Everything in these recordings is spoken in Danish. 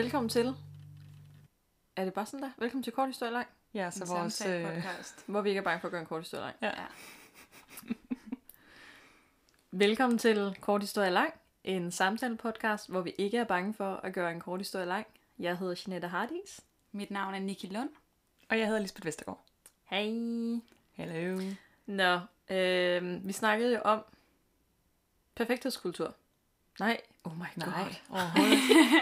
Velkommen til. Er det bare sådan der? Velkommen til Kort Historie Lang. Ja, så vores podcast, hvor vi ikke er bange for at gøre en kort historie lang. Ja. Velkommen til Kort Historie Lang, en samtale-podcast, hvor vi ikke er bange for at gøre en kort historie lang. Jeg hedder Jeanette Hardis. Mit navn er Nikki Lund. Og jeg hedder Lisbeth Vestergaard. Hej. Hello. Nå, vi snakkede jo om perfekthedskultur. Nej, oh my god. Nej, overhovedet.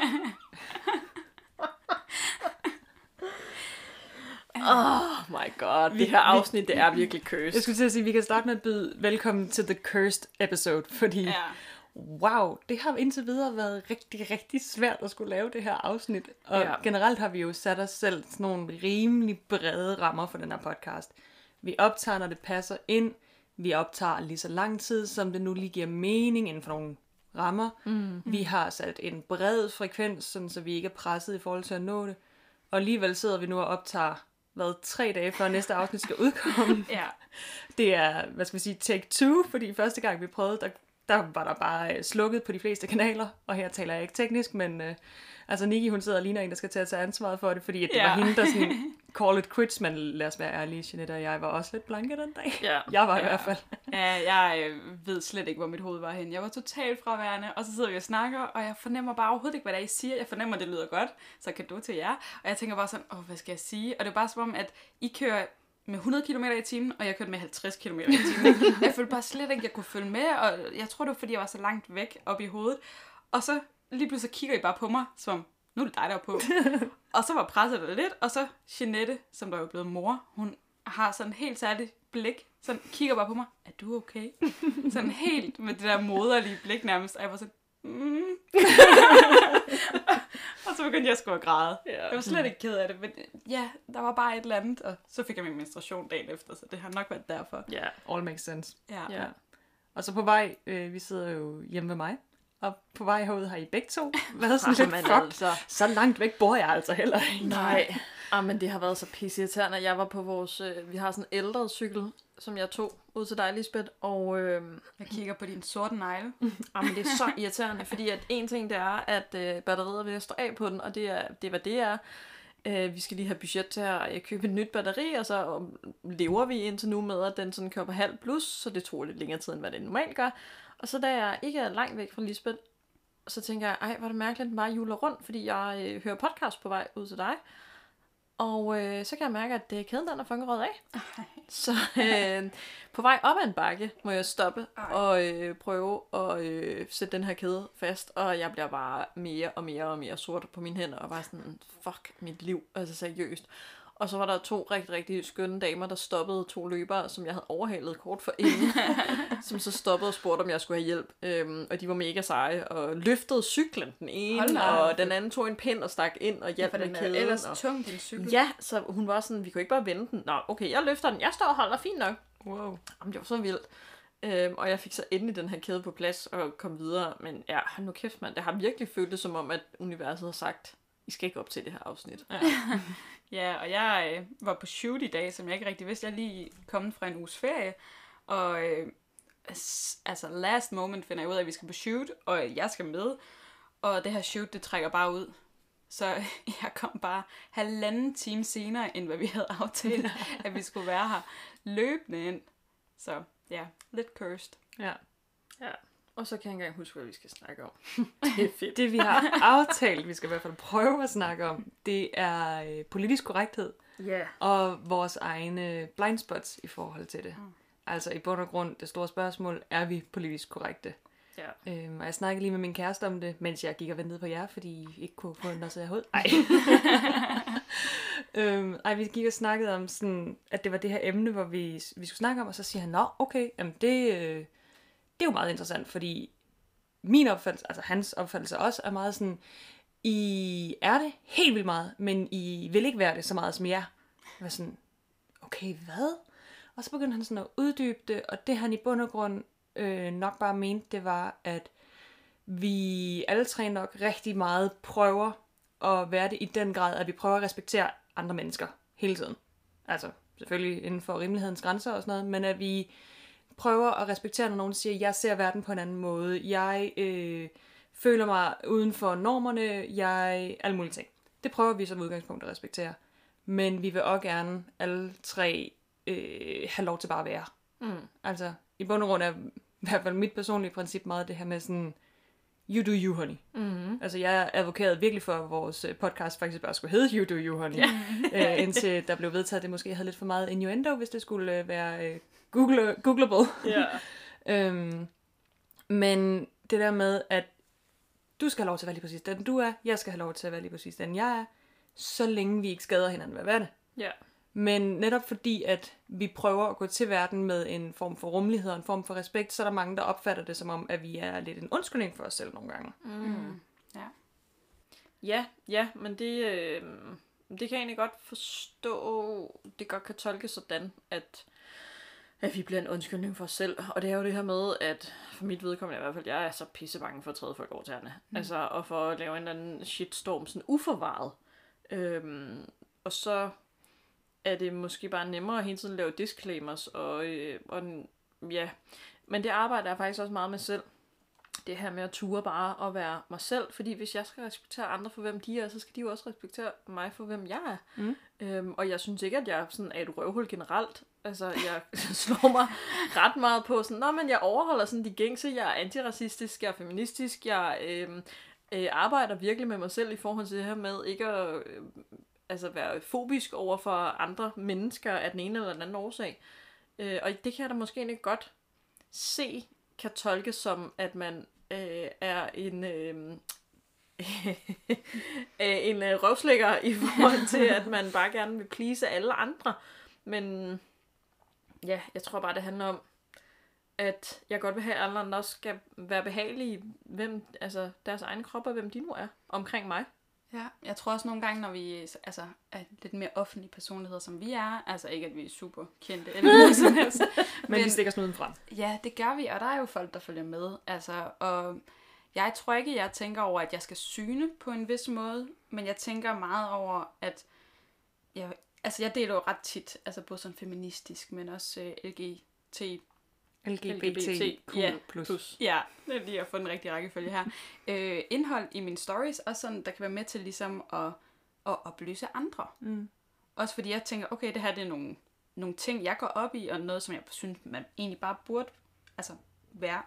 Oh my god, det her afsnit, det er virkelig cursed. Jeg skulle til at sige, at vi kan starte med at byde velkommen til The Cursed episode, fordi wow, det har indtil videre været rigtig, rigtig svært at skulle lave det her afsnit. Og generelt har vi jo sat os selv sådan nogle rimelig brede rammer for den her podcast. Vi optager, når det passer ind. Vi optager lige så lang tid, som det nu lige giver mening inden for nogle rammer. Vi har sat en bred frekvens, sådan, så vi ikke er presset i forhold til at nå det. Og alligevel sidder vi nu og optager 3 dage før næste afsnit skal udkomme. Det er, take 2, fordi første gang vi prøvede, der var der bare slukket på de fleste kanaler, og her taler jeg ikke teknisk, men Nikki, hun sidder og ligner en, der skal til at tage ansvaret for det, fordi at det var hende, der sådan call it quits, men lad os være ærlige, Jeanette og jeg var også lidt blanke den dag. Jeg var i hvert fald. Jeg ved slet ikke, hvor mit hoved var henne. Jeg var totalt fraværende, og så sidder vi og snakker, og jeg fornemmer bare overhovedet ikke, hvad det er, I siger. Jeg fornemmer, at det lyder godt, så kan du til jer. Og jeg tænker bare sådan, hvad skal jeg sige? Og det er bare som om, at I kører med 100 km i timen, og jeg kørte med 50 km i timen. Jeg følte bare slet ikke, at jeg kunne følge med, og jeg tror, det var, fordi jeg var så langt væk op i hovedet. Og så lige pludselig kigger I bare på mig, som nu er det dig, der er på. Og så var presset der lidt, og så Jeanette, som der er jo blevet mor, hun har sådan helt særligt blik, sådan kigger bare på mig, er du okay? Sådan helt med det der moderlige blik nærmest, og jeg var sådan, Og så begyndte jeg sgu at græde. Jeg var slet ikke ked af det, men der var bare et eller andet, og så fik jeg min menstruation dagen efter, så det har nok været derfor. All makes sense. Ja. Og så på vej, vi sidder jo hjemme ved mig, og på vej herud har I begge to været sådan lidt fucked. Så langt væk bor jeg altså heller ikke. Nej, men det har været så pisseirriterende. Jeg var på vores, vi har sådan en ældre cykel, som jeg tog ud til dig, Lisbeth, og jeg kigger på din sorte negle. Men det er så irriterende, fordi at en ting det er, at batteriet er ved at stå af på den, og det er hvad det er. Vi skal lige have budget til at købe et nyt batteri, og så lever vi indtil nu med, at den sådan kører på halv plus, så det tog lidt længere tid, end hvad det normalt gør. Og så da jeg ikke er langt væk fra Lisbeth, så tænker jeg, hvor er det mærkeligt, at den bare juler rundt, fordi jeg hører podcast på vej ud til dig. Og så kan jeg mærke, at kæden den er fungerød af. Så på vej op ad en bakke må jeg stoppe og prøve at sætte den her kæde fast. Og jeg bliver bare mere og mere og mere sort på mine hænder. Og bare sådan, fuck mit liv, altså seriøst. Og så var der 2 rigtig, rigtig skønne damer, der stoppede 2 løbere, som jeg havde overhalet kort for inden. Som så stoppede og spurgte, om jeg skulle have hjælp. Og de var mega seje og løftede cyklen den ene, og den anden tog en pind og stak ind og hjalp med kæden. Den er ellers tung, din cykel. Ja, så hun var sådan, vi kunne ikke bare vende den. Nå, okay, jeg løfter den. Jeg står og holder fint nok. Wow. Jamen, det var så vildt. Og jeg fik så endelig den her kæde på plads og kom videre. Men hold nu kæft, mand. Det har virkelig føltes som om, at universet har sagt, I skal ikke op til det her afsnit. Ja, og jeg var på shoot i dag, som jeg ikke rigtig vidste. Jeg er lige kommet fra en uges ferie, og last moment finder jeg ud af, at vi skal på shoot, og jeg skal med. Og det her shoot, det trækker bare ud. Så jeg kom bare 1,5 time senere, end hvad vi havde aftalt, at vi skulle være her løbende ind. Så lidt cursed. Ja. Og så kan jeg ikke engang huske, hvad vi skal snakke om. Det er fedt. Det vi har aftalt, vi skal i hvert fald prøve at snakke om, det er politisk korrekthed. Og vores egne blindspots i forhold til det. Altså i bund og grund, det store spørgsmål, er vi politisk korrekte? Og jeg snakkede lige med min kæreste om det, mens jeg gik og ventede på jer, fordi I ikke kunne få en, der sagde hoved. Vi gik og snakkede om, sådan, at det var det her emne, hvor vi skulle snakke om, og så siger han, okay, jamen det er jo meget interessant, fordi min opfattelse, altså hans opfattelse også, er meget sådan, I er det helt vildt meget, men I vil ikke være det så meget som jer. Jeg var sådan, okay, hvad? Og så begyndte han sådan at uddybe det, og det han i bund og grund nok bare mente, det var, at vi alle 3 nok rigtig meget prøver at være det i den grad, at vi prøver at respektere andre mennesker hele tiden. Altså selvfølgelig inden for rimelighedens grænser og sådan noget, men at vi prøver at respektere, når nogen siger, jeg ser verden på en anden måde, jeg føler mig uden for normerne, alle mulige ting. Det prøver vi som udgangspunkt at respektere. Men vi vil også gerne alle tre have lov til bare at være. Altså, i bund og grund er i hvert fald mit personlige princip meget det her med sådan, you do you, honey. Altså, jeg advokerede virkelig for, at vores podcast faktisk bare skulle hedde You Do You, honey. Indtil der blev vedtaget, at det måske havde lidt for meget innuendo, hvis det skulle være googleable. Men det der med, at du skal have lov til at være lige præcis den du er, jeg skal have lov til at være lige præcis den jeg er, så længe vi ikke skader hinanden, hvad er det? Ja. Men netop fordi, at vi prøver at gå til verden med en form for rummelighed og en form for respekt, så er der mange, der opfatter det som om, at vi er lidt en undskyldning for os selv nogle gange. Ja, men det kan jeg egentlig godt forstå, det godt kan tolkes sådan, at vi bliver en undskyldning for os selv. Og det er jo det her med, at for mit vedkommende i hvert fald, jeg er så pissebange for at træde folk over tæerne. Altså, og for at lave en eller anden shitstorm, sådan uforvaret. Og så er det måske bare nemmere at hele tiden lave disclaimers. Og men det arbejder jeg faktisk også meget med selv. Det her med at ture bare at være mig selv. Fordi hvis jeg skal respektere andre for, hvem de er, så skal de jo også respektere mig for, hvem jeg er. Og jeg synes ikke, at jeg sådan er et røvhul generelt. Altså, jeg slår mig ret meget på sådan, men jeg overholder sådan de gængse, jeg er antiracistisk, jeg er feministisk, jeg arbejder virkelig med mig selv i forhold til det her med ikke at være fobisk over for andre mennesker af den ene eller den anden årsag. Og det kan jeg da måske ikke godt se, kan tolkes som, at man er en røvslikker i forhold til, at man bare gerne vil please alle andre. Men ja, jeg tror bare, det handler om, at jeg godt vil have, at alle andre også skal være behagelige, altså deres egen krop og hvem de nu er omkring mig. Ja, jeg tror også nogle gange, når vi er lidt mere offentlige personligheder, som vi er, altså ikke, at vi er super kendte eller noget som helst. Men vi stikker snuden frem. Ja, det gør vi, og der er jo folk, der følger med. Altså, og jeg tror ikke, jeg tænker over, at jeg skal syne på en vis måde, men jeg tænker meget over, at jeg deler jo ret tit, altså både sådan feministisk, men også LGBTQ+. Ja, det er lige at få den rigtige rækkefølge her. Indhold i mine stories, også sådan, der kan være med til ligesom at oplyse andre. Også fordi jeg tænker, okay, det her det er nogle ting, jeg går op i, og noget, som jeg synes, man egentlig bare burde være.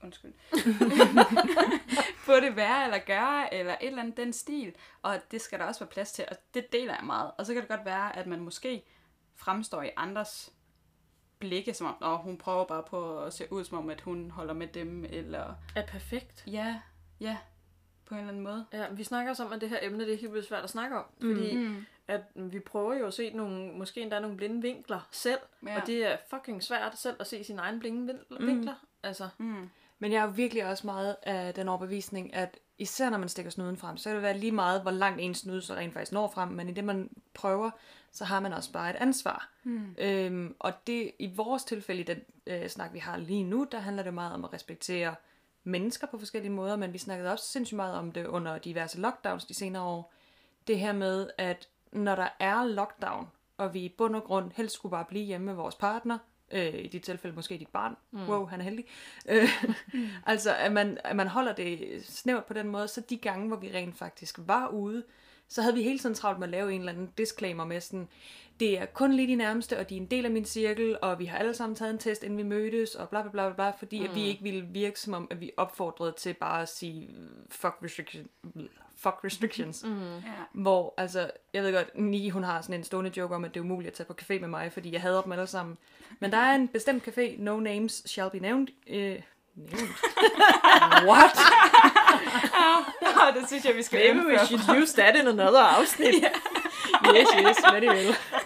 Burde være eller gøre, eller et eller andet den stil. Og det skal der også være plads til, og det deler jeg meget. Og så kan det godt være, at man måske fremstår i andres blikke, som om, hun prøver bare på at se ud, som om, at hun holder med dem, eller... Er perfekt. Ja, på en eller anden måde. Ja, vi snakker også om, at det her emne, det er helt vildt svært at snakke om, fordi at vi prøver jo at se måske endda nogle blinde vinkler selv, og det er fucking svært selv at se sine egne blinde vinkler. Altså. Men jeg er jo virkelig også meget af den overbevisning, at især når man stikker snuden frem, så kan det være lige meget, hvor langt en snude så rent faktisk når frem, men i det man prøver, så har man også bare et ansvar. Og det i vores tilfælde, i den snak vi har lige nu, der handler det meget om at respektere mennesker på forskellige måder, men vi snakkede også sindssygt meget om det under diverse lockdowns de senere år. Det her med, at når der er lockdown, og vi i bund og grund helst skulle bare blive hjemme med vores partner, i dit tilfælde måske dit barn, wow, han er heldig, altså at man holder det snævert på den måde, så de gange, hvor vi rent faktisk var ude, så havde vi hele tiden travlt med at lave en eller anden disclaimer med sådan, det er kun lige de nærmeste, og de er en del af min cirkel, og vi har alle sammen taget en test, inden vi mødtes, og bla bla bla bla, fordi at vi ikke ville virke som om, at vi opfordrede til bare at sige, fuck restrictions. Hvor, altså, jeg ved godt, Niki, hun har sådan en stående joke om, at det er umuligt at tage på café med mig, fordi jeg hader dem alle sammen. Men der er en bestemt café, no names shall be named. What? Det synes jeg, vi skal Maybe we should use that in another afsnit. Yes, very well.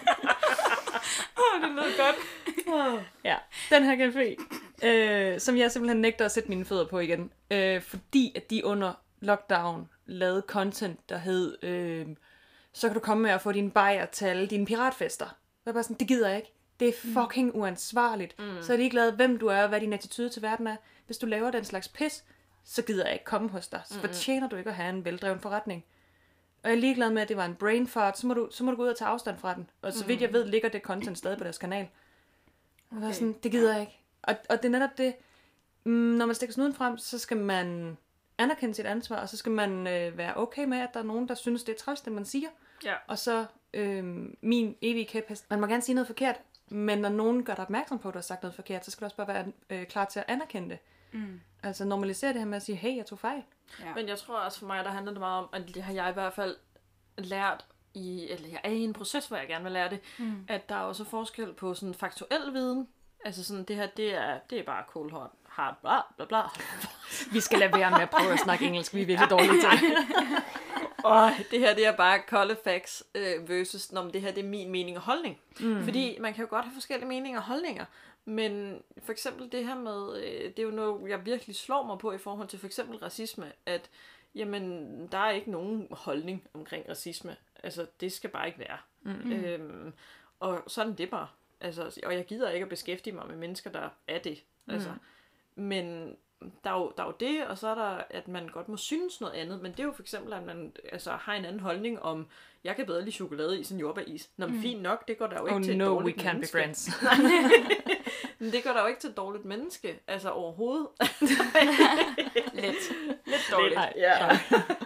Det lød godt. Ja, den her café, som jeg simpelthen nægter at sætte mine fødder på igen, fordi at de under lockdown lavede content, der hed, så kan du komme med at få dine bajer til alle dine piratfester. Så er bare sådan, det gider jeg ikke. Det er fucking uansvarligt. Så er de ikke glade, hvem du er, og hvad din attitude til verden er. Hvis du laver den slags pis, så gider jeg ikke komme hos dig. Så fortjener du ikke at have en veldreven forretning. Og jeg er ligeglad med, at det var en brain fart, så må du gå ud og tage afstand fra den. Og så vidt jeg ved, ligger det content stadig på deres kanal. Og sådan, det gider jeg ikke. Og det er netop det, når man stikker snuden frem, så skal man anerkende sit ansvar, og så skal man være okay med, at der er nogen, der synes, det er træls, det man siger. Ja. Og så min evige kæphest. Man må gerne sige noget forkert, men når nogen gør dig opmærksom på, at du har sagt noget forkert, så skal du også bare være klar til at anerkende det. Altså normalisere det her med at sige, hey, jeg tog fejl. Ja. Men jeg tror også for mig, der handler det meget om, at det har jeg i hvert fald lært eller jeg er i en proces, hvor jeg gerne vil lære det, at der er også forskel på sådan faktuel viden. Altså sådan, det her, det er bare cold hard, bla bla bla. Vi skal lade være med at prøve at snakke engelsk, vi er virkelig dårlige til det. Og det her, det er bare kolde facts versus, det her, det er min mening og holdning. Fordi man kan jo godt have forskellige meninger og holdninger, men for eksempel det her med, det er jo noget, jeg virkelig slår mig på i forhold til for eksempel racisme, at jamen, der er ikke nogen holdning omkring racisme. Altså, det skal bare ikke være. Og sådan det bare. Altså, og jeg gider ikke at beskæftige mig med mennesker, der er det. Altså, men der er jo det, og så er der, at man godt må synes noget andet, men det er jo for eksempel, at man har en anden holdning om, jeg kan bedre lide chokoladeis end jordbæris. Nå, men fint nok, det går der jo ikke til et dårligt menneske. We can't be friends. Men det går der jo ikke til et dårligt menneske, altså overhovedet. Lidt dårligt. Ja.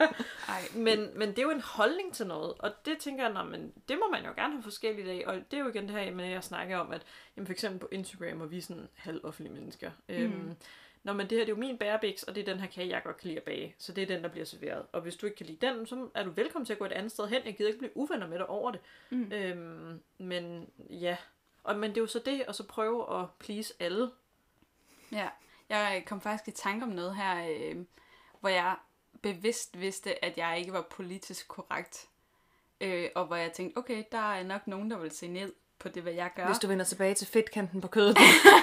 Men det er jo en holdning til noget, og det tænker jeg, men det må man jo gerne have forskelligt af, og det er jo igen det her med, jeg snakker om, at jamen, for eksempel på Instagram, og vi er sådan halvoffentlige mennesker. Nå, men det her, det er jo min bærebiks, og det er den her kage, jeg godt kan lide at bage. Så det er den, der bliver serveret. Og hvis du ikke kan lide den, så er du velkommen til at gå et andet sted hen. Jeg gider ikke blive uvenner med dig over det. Men ja, men det er jo så det, og så prøve at please alle. Ja, jeg kom faktisk i tanke om noget her, hvor jeg bevidst vidste, at jeg ikke var politisk korrekt. Og hvor jeg tænkte, okay, der er nok nogen, der vil se ned på det, hvad jeg gør. Hvis du vender tilbage til fedtkanten på kødet.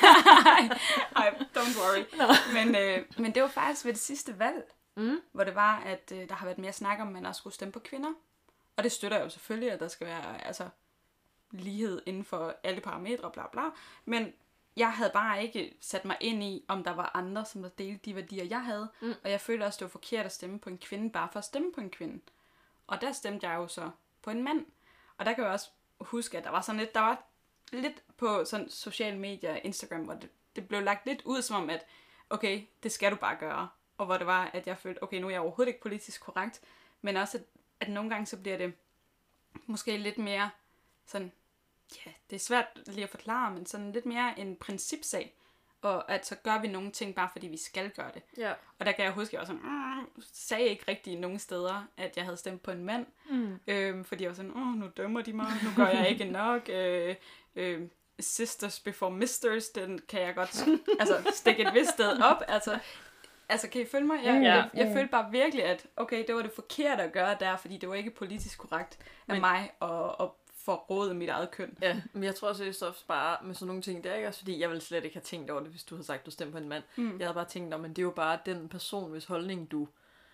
Ej, don't worry. No. Men det var faktisk ved det sidste valg, hvor det var, at der har været mere snak om, at man også skulle stemme på kvinder. Og det støtter jeg jo selvfølgelig, at der skal være lighed inden for alle parametre, bla bla. Men jeg havde bare ikke sat mig ind i, om der var andre, som der delte de værdier, jeg havde. Og jeg følte også, det var forkert at stemme på en kvinde, bare for at stemme på en kvinde. Og der stemte jeg jo så på en mand. Og der kan jeg også huske, at der var lidt på sådan sociale medier, Instagram, hvor det blev lagt lidt ud som om, at okay, det skal du bare gøre. Og hvor det var, at jeg følte, okay, nu er jeg overhovedet ikke politisk korrekt, men også, at nogle gange så bliver det måske lidt mere sådan, ja, det er svært lige at forklare, men sådan lidt mere en principsag. Og at så gør vi nogle ting, bare fordi vi skal gøre det. Ja. Og der kan jeg huske, at jeg var sådan, sagde ikke rigtig nogen steder, at jeg havde stemt på en mand. Fordi jeg var sådan, nu dømmer de mig, nu gør jeg ikke nok. Sisters before misters, den kan jeg godt stikke et vist sted op. Altså, kan I følge mig? Jeg følte bare virkelig, at okay, det var det forkerte at gøre der, fordi det var ikke politisk korrekt af mig at forråde mit eget køn. Ja, men jeg tror også, det er bare med sådan nogle ting, det er ikke også, fordi jeg ville slet ikke have tænkt over det, hvis du havde sagt, du stemte på en mand. Jeg havde bare tænkt, men det er jo bare den person, hvis holdning du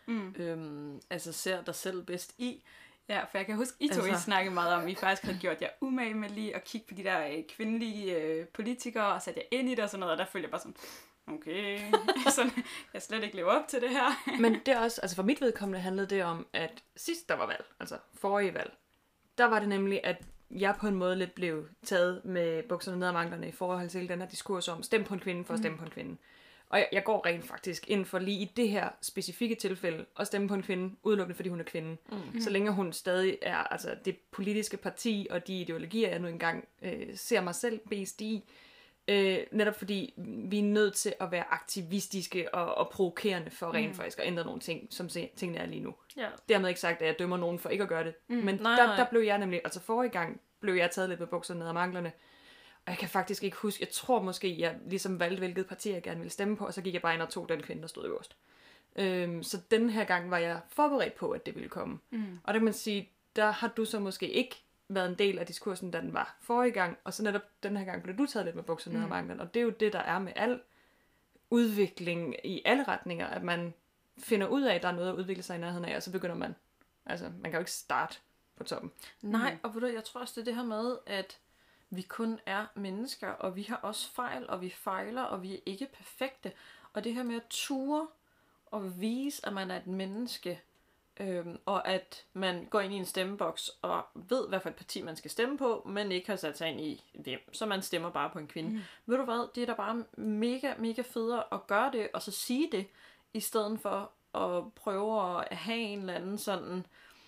ser dig selv bedst i. Ja, for jeg kan huske, I snakkede meget om, I faktisk havde gjort jer umage med lige at kigge på de der kvindelige politikere, og satte jer ind i det og sådan noget, og der følte jeg bare sådan, okay, jeg slet ikke lever op til det her. Men det er også, altså for mit vedkommende handlede det om, at sidst der var valg, altså forrige valg, der var det nemlig, at jeg på en måde lidt blev taget med bukserne ned ad manglerne i forhold til den her diskurs om, stem på en kvinde for at stemme på en kvinde. Og jeg går rent faktisk ind for lige i det her specifikke tilfælde at stemme på en kvinde, udelukkende fordi hun er kvinde. Så længe hun stadig er altså det politiske parti og de ideologier, jeg nu engang ser mig selv bedst i. Netop fordi vi er nødt til at være aktivistiske og provokerende for rent faktisk at ændre nogle ting, som tingene er lige nu. Ja. Dermed ikke sagt, at jeg dømmer nogen for ikke at gøre det. Men der blev jeg nemlig, altså forrige gang blev jeg taget lidt med bukserne ned ad manglerne. Og jeg kan faktisk ikke huske, jeg tror måske, jeg ligesom valgte, hvilket parti jeg gerne ville stemme på, og så gik jeg bare ind og tog den kvinde, der stod øverst. Så den her gang var jeg forberedt på, at det ville komme. Og der kan man sige, der har du så måske ikke været en del af diskursen, da den var forrige gang, og så netop den her gang blev du taget lidt med bukserne ned ad manglerne. Og det er jo det, der er med al udvikling i alle retninger, at man finder ud af, at der er noget at udvikle sig i nærheden af, og så begynder man. Altså, man kan jo ikke starte på toppen. Nej, og jeg tror også, det er det her med, at vi kun er mennesker, og vi har også fejl, og vi fejler, og vi er ikke perfekte. Og det her med at ture og vise, at man er et menneske, og at man går ind i en stemmeboks og ved, hvad for et parti man skal stemme på, men ikke har sat sig ind i hvem. Så man stemmer bare på en kvinde. Ved du hvad, det er da bare mega, mega federe at gøre det, og så sige det, i stedet for og prøver at have en eller anden sådan,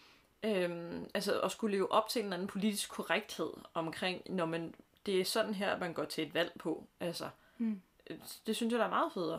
altså at skulle leve op til en eller anden politisk korrekthed omkring, når man, det er sådan her, man går til et valg på. Altså, det synes jeg, der er meget federe.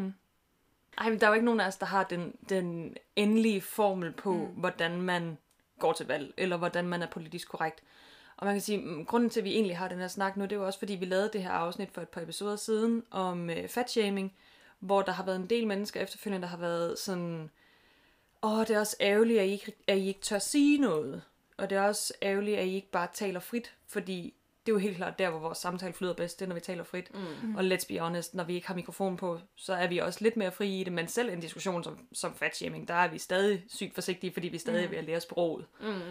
Ej, men der er jo ikke nogen af os, der har den endelige formel på, hvordan man går til valg, eller hvordan man er politisk korrekt. Og man kan sige, grunden til, at vi egentlig har den her snak nu, det er jo også, fordi vi lavede det her afsnit for et par episoder siden om fatshaming, hvor der har været en del mennesker efterfølgende, der har været sådan, det er også ærgerligt, at I ikke tør sige noget. Og det er også ærgerligt, at I ikke bare taler frit, fordi det er jo helt klart der, hvor vores samtale flyder bedst, det er, når vi taler frit. Og let's be honest, når vi ikke har mikrofon på, så er vi også lidt mere frie i det, men selv en diskussion som fatshaming, der er vi stadig sygt forsigtige, fordi vi stadig er ved at lære sproget.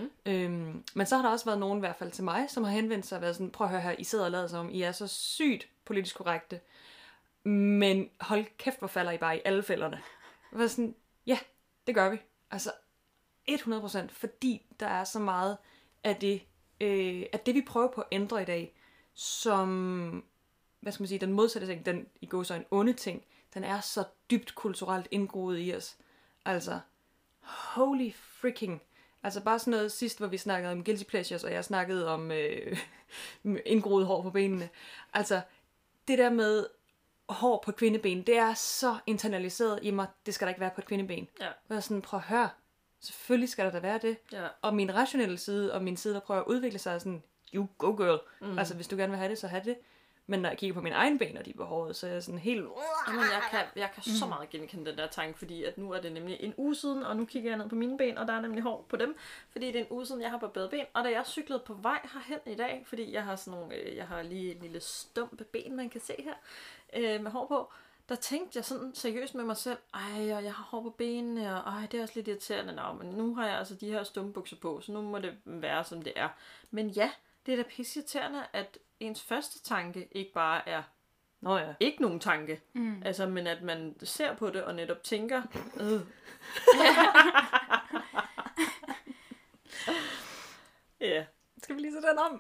Men så har der også været nogen, i hvert fald til mig, som har henvendt sig og været sådan, prøv at høre her, I sidder og lader som om, I er så sygt politisk korrekte, men hold kæft, hvor falder I bare i alle fælderne. Jeg var sådan, ja, det gør vi. Altså 100%, fordi der er så meget af det, at det vi prøver på at ændre i dag, som, hvad skal man sige, den modsatte ting, den i går så en onde ting, den er så dybt kulturelt indgroet i os. Altså, holy freaking. Altså bare sådan noget sidst, hvor vi snakkede om guilty pleasures, og jeg snakkede om indgroet hår på benene. Altså, det der med hår på kvindeben, det er så internaliseret i mig, det skal der ikke være på et kvindeben. Ja. Og jeg er sådan, prøv at høre, selvfølgelig skal der da være det. Ja. Og min rationelle side, og min side, der prøver at udvikle sig, er sådan, you go girl. Altså, hvis du gerne vil have det, så have det. Men når jeg kigger på mine egne ben, og de er behåret, så er jeg sådan helt... Jamen, jeg kan så meget genkende den der tanke, fordi at nu er det nemlig en uge siden, og nu kigger jeg ned på mine ben, og der er nemlig hår på dem, fordi det er en uge siden, jeg har barberet ben, og da jeg cyklede på vej herhen i dag, fordi jeg har sådan nogle, jeg har lige en lille stumpe ben, man kan se her, med hår på, der tænkte jeg sådan seriøst med mig selv, og jeg har hår på benene, og det er også lidt irriterende, men nu har jeg altså de her stumpebukser på, så nu må det være, som det er. Men ja, det er da pisseirriterende, at ens første tanke ikke bare er ikke nogen tanke. Altså, men at man ser på det og netop tænker, Ja. Skal vi lige se den om?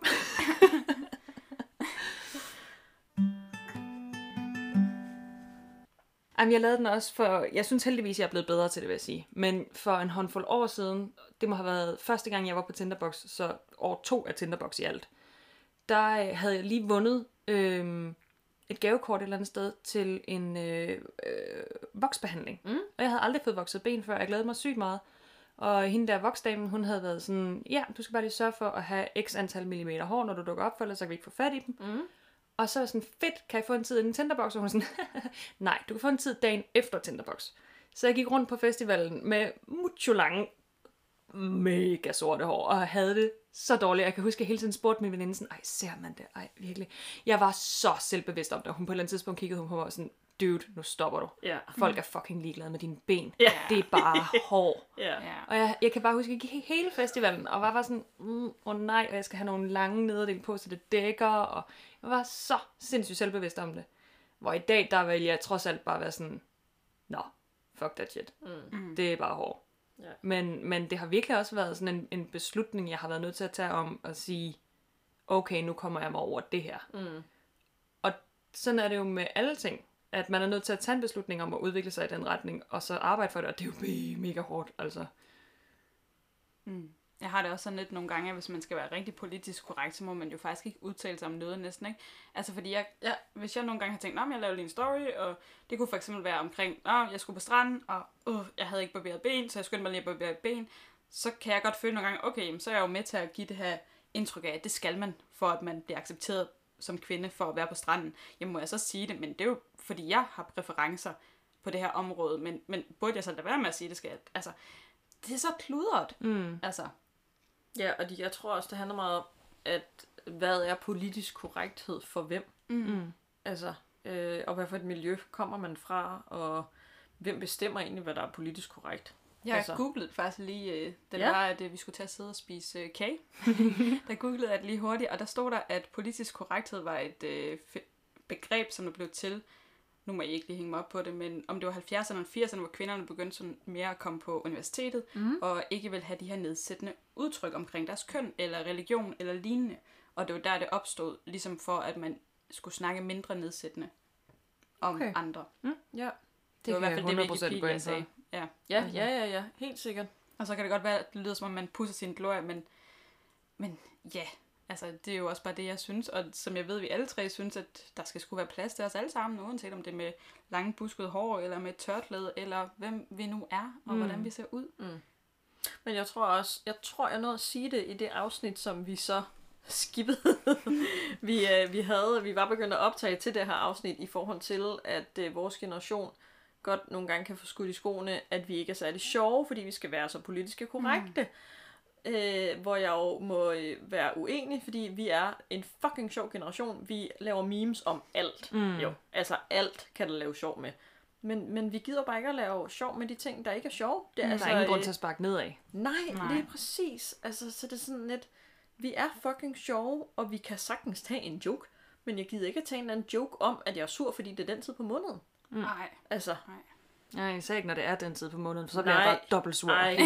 Jamen, jeg lavede den også for... Jeg synes heldigvis, jeg er blevet bedre til det, vil jeg sige. Men for en håndfuld år siden, det må have været første gang, jeg var på Tinderbox, så år 2 af Tinderbox i alt. Der havde jeg lige vundet et gavekort et eller andet sted til en voksbehandling. Og jeg havde aldrig fået vokset ben før. Jeg glædede mig sygt meget. Og hende der voksdamen, hun havde været sådan, ja, du skal bare lige sørge for at have x antal millimeter hår, når du dukker op, for ellers så kan vi ikke få fat i dem. Og så er sådan, fedt, kan jeg få en tid inden Tinderbox? Og hun er sådan, nej, du kan få en tid dagen efter Tinderbox. Så jeg gik rundt på festivalen med mucho lange, mega sorte hår, og havde det så dårligt. Jeg kan huske, at jeg hele tiden spurgte min veninde sådan, ej, ser man det? Ej, virkelig. Jeg var så selvbevidst om det, og hun på et eller andet tidspunkt kiggede hun på mig og sådan, dude, nu stopper du. Yeah. Folk er fucking ligeglade med dine ben. Yeah. Det er bare hår. Yeah. Og jeg kan bare huske, at jeg gik hele festivalen, og var bare sådan, nej, og jeg skal have nogle lange nederdel på, så det dækker, og jeg var så sindssygt selvbevidst om det. Hvor i dag, der vil jeg trods alt bare være sådan, fuck that shit. Det er bare hår. Yeah. Men det har virkelig også været sådan en beslutning, jeg har været nødt til at tage om at sige, okay, nu kommer jeg mig over det her. Og sådan er det jo med alle ting, at man er nødt til at tage en beslutning om at udvikle sig i den retning, og så arbejde for det, og det er jo mega hårdt, altså. Jeg har det også sådan lidt nogle gange, at hvis man skal være rigtig politisk korrekt, så må man jo faktisk ikke udtale sig om noget næsten, ikke? Altså fordi hvis jeg nogle gange har tænkt, jeg laver lige en story, og det kunne for eksempel være omkring, jeg skulle på stranden, og jeg havde ikke barberet ben, så jeg skyndte mig lige at barbere ben, så kan jeg godt føle nogle gange, okay, så er jeg jo med til at give det her indtryk af, at det skal man, for at man bliver accepteret som kvinde for at være på stranden. Jamen må jeg så sige det, men det er jo fordi jeg har præferencer på det her område, men burde jeg så lade være med at sige det, skal jeg, altså, det er så kludret, altså. Ja, og jeg tror også, det handler meget om, at hvad er politisk korrekthed for hvem? Altså, og hvad for et miljø kommer man fra, og hvem bestemmer egentlig, hvad der er politisk korrekt? Jeg googlede faktisk lige, var, at vi skulle tage og sidde og spise kage. Der googlede jeg det lige hurtigt, og der stod der, at politisk korrekthed var et begreb, som der blev til, nu må jeg ikke lige hænge mig op på det, men om det var 70'erne og 80'erne, hvor kvinderne begyndte sådan mere at komme på universitetet, og ikke vil have de her nedsættende udtryk omkring deres køn, eller religion, eller lignende. Og det var der, det opstod, ligesom for, at man skulle snakke mindre nedsættende om andre. Ja. Det var i hvert fald det, Wikipedia sagde. Ja, helt sikkert. Og så kan det godt være, at det lyder som om, man pusser sin glorie, men ja, altså det er jo også bare det, jeg synes, og som jeg ved, vi alle tre synes, at der skal sgu være plads til os alle sammen, uanset om det er med lange buskede hår, eller med tørklæde, eller hvem vi nu er, og hvordan vi ser ud. Men jeg tror jeg nåede at sige det i det afsnit, som vi så skippede. vi var begyndt at optage til det her afsnit i forhold til, at vores generation godt nogle gange kan få skudt i skoene, at vi ikke er særlig sjove, fordi vi skal være så politisk korrekte. Hvor jeg jo må være uenig, fordi vi er en fucking sjov generation. Vi laver memes om alt. Jo, altså alt kan der lave sjov med. Men vi gider bare ikke at lave sjov med de ting, der ikke er sjov. Det er der er ingen grund til at sparke nedad. Nej, det er præcis. Altså, så det er sådan lidt, vi er fucking sjove, og vi kan sagtens tage en joke, men jeg gider ikke at tage en eller anden joke om, at jeg er sur, fordi det er den tid på måneden. Nej. Altså. Nej, især ikke, når det er den tid på måneden, for så bliver jeg bare dobbelt sur. Ej,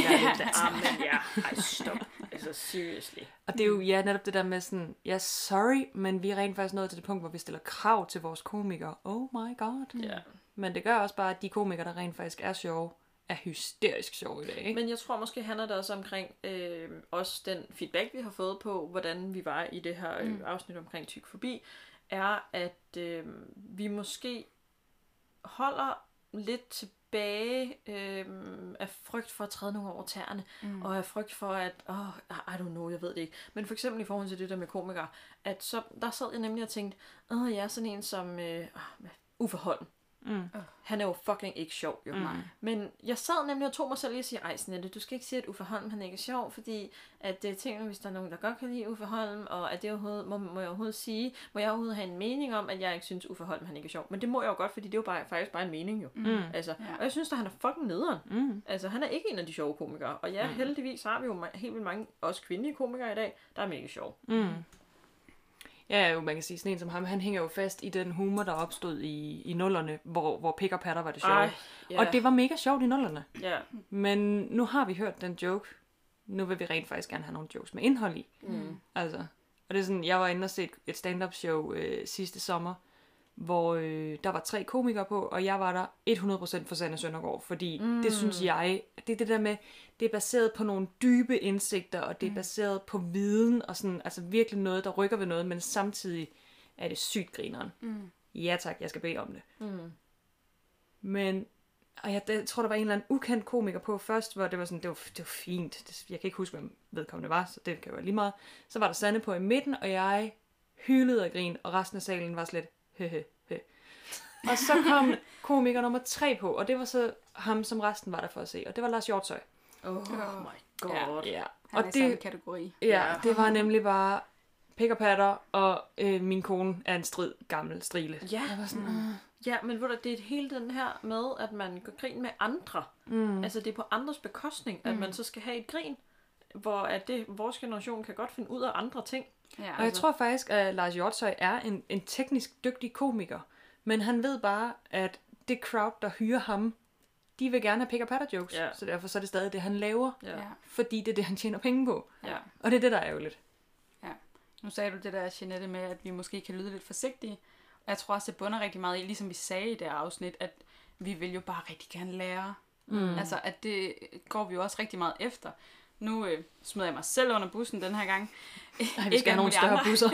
stop. Altså, seriously. Og det er jo netop det der med sådan, sorry, men vi er rent faktisk nået til det punkt, hvor vi stiller krav til vores komikere. Oh my god. Ja. Men det gør også bare, at de komikere, der rent faktisk er sjove, er hysterisk sjove i dag, ikke? Men jeg tror måske handler det også omkring også den feedback, vi har fået på, hvordan vi var i det her afsnit omkring tykfobi, er, at vi måske holder lidt tilbage af frygt for at træde nogle over tæerne, og af frygt for at, I don't know, jeg ved det ikke. Men for eksempel i forhold til det der med komikere, at så, der sad jeg nemlig og tænkte, jeg er sådan en som Uffe Holm. Han er jo fucking ikke sjov, jo. Men jeg sad nemlig og tog mig selv i at sige, ej Snette, du skal ikke sige, at Uffe Holm han ikke er sjov, fordi at det tænker, hvis der er nogen, der godt kan lide Uffe Holm, og at det overhovedet, må jeg overhovedet sige, må jeg overhovedet have en mening om, at jeg ikke synes, Uffe Holm han ikke er sjov. Men det må jeg jo godt, fordi det er jo faktisk bare en mening, jo. Altså, og jeg synes, at han er fucking nederen. Altså, han er ikke en af de sjove komikere. Og ja, heldigvis har vi jo helt vildt mange, også kvindelige komikere i dag, der er mega sjove. Ja, jo, man kan sige, sådan en som ham, han hænger jo fast i den humor, der opstod i nullerne, hvor pik og patter var det sjove. Og det var mega sjovt i nullerne. Men nu har vi hørt den joke. Nu vil vi rent faktisk gerne have nogle jokes med indhold i. Altså, og det er sådan, jeg var inde og set et stand-up show sidste sommer, hvor der var 3 komikere på, og jeg var der 100% for Sanne Søndergaard, fordi det synes jeg, det er det der med, det er baseret på nogle dybe indsigter, og det er baseret på viden, og sådan, altså virkelig noget, der rykker ved noget, men samtidig er det sygt grineren. Ja tak, jeg skal bede om det. Men, og jeg tror, der var en eller anden ukendt komiker på først, hvor det var sådan, det var fint, jeg kan ikke huske, hvem vedkommende var, så det kan være lige meget. Så var der Sanne på i midten, og jeg hylede og grin, og resten af salen var slet og så kom komiker nummer 3 på, og det var så ham, som resten var der for at se, og det var Lars Hjortshøj. Oh my god. Ja. Han er i samme kategori. Ja, det var nemlig bare pik og patter, og min kone er en gammel strile. Ja, jeg var sådan, ja, men ved du, det er hele den her med, at man går grin med andre. Altså, det er på andres bekostning, at man så skal have et grin, hvor at vores generation kan godt finde ud af andre ting. Ja, og jeg tror faktisk, at Lars Hjortshøj er en teknisk dygtig komiker, men han ved bare, at det crowd, der hyrer ham, de vil gerne have pik og patter jokes, så derfor så er det stadig det, han laver, fordi det er det, han tjener penge på. Og det er det, der er ærgerligt. Ja. Nu sagde du det der, Jeanette, med, at vi måske kan lyde lidt forsigtige, og jeg tror også, det bunder rigtig meget i, ligesom vi sagde i det afsnit, at vi vil jo bare rigtig gerne lære. Altså, at det går vi jo også rigtig meget efter. Nu smider jeg mig selv under bussen den her gang. Ej, vi skal have nogle større busser.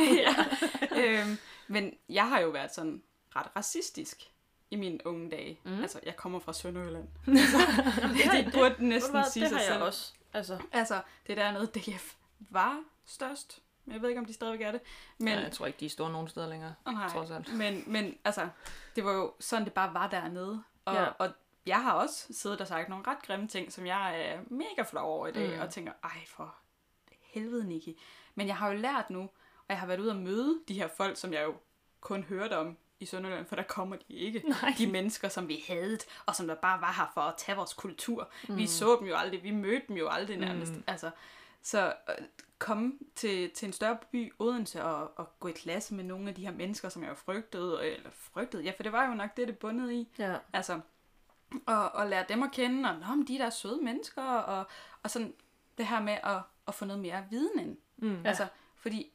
Men jeg har jo været sådan ret racistisk i mine unge dage. Altså, jeg kommer fra Sønderjylland. Det burde næsten sige sig selv. Det har jeg også. Altså, det der noget, DF var størst. Jeg ved ikke, om de stadigvæk er det. Men, jeg tror ikke, de er store nogen steder længere. Trods alt. Men altså, det var jo sådan, det bare var dernede. Og jeg har også siddet og sagt nogle ret grimme ting, som jeg er mega flov over i dag, og tænker, ej for helvede, Nikki. Men jeg har jo lært nu, og jeg har været ude at møde de her folk, som jeg jo kun hørte om i Sønderjylland, for der kommer de ikke. Nej. De mennesker, som vi havde, og som der bare var her for at tage vores kultur. Vi så dem jo aldrig, vi mødte dem jo aldrig nærmest. Altså, så komme til en større by, Odense, og gå i klasse med nogle af de her mennesker, som jeg jo frygtede, ja, for det var jo nok det bundede i. Ja. Altså, og lære dem at kende, og de der er søde mennesker, og sådan det her med at få noget mere viden ind. Altså, fordi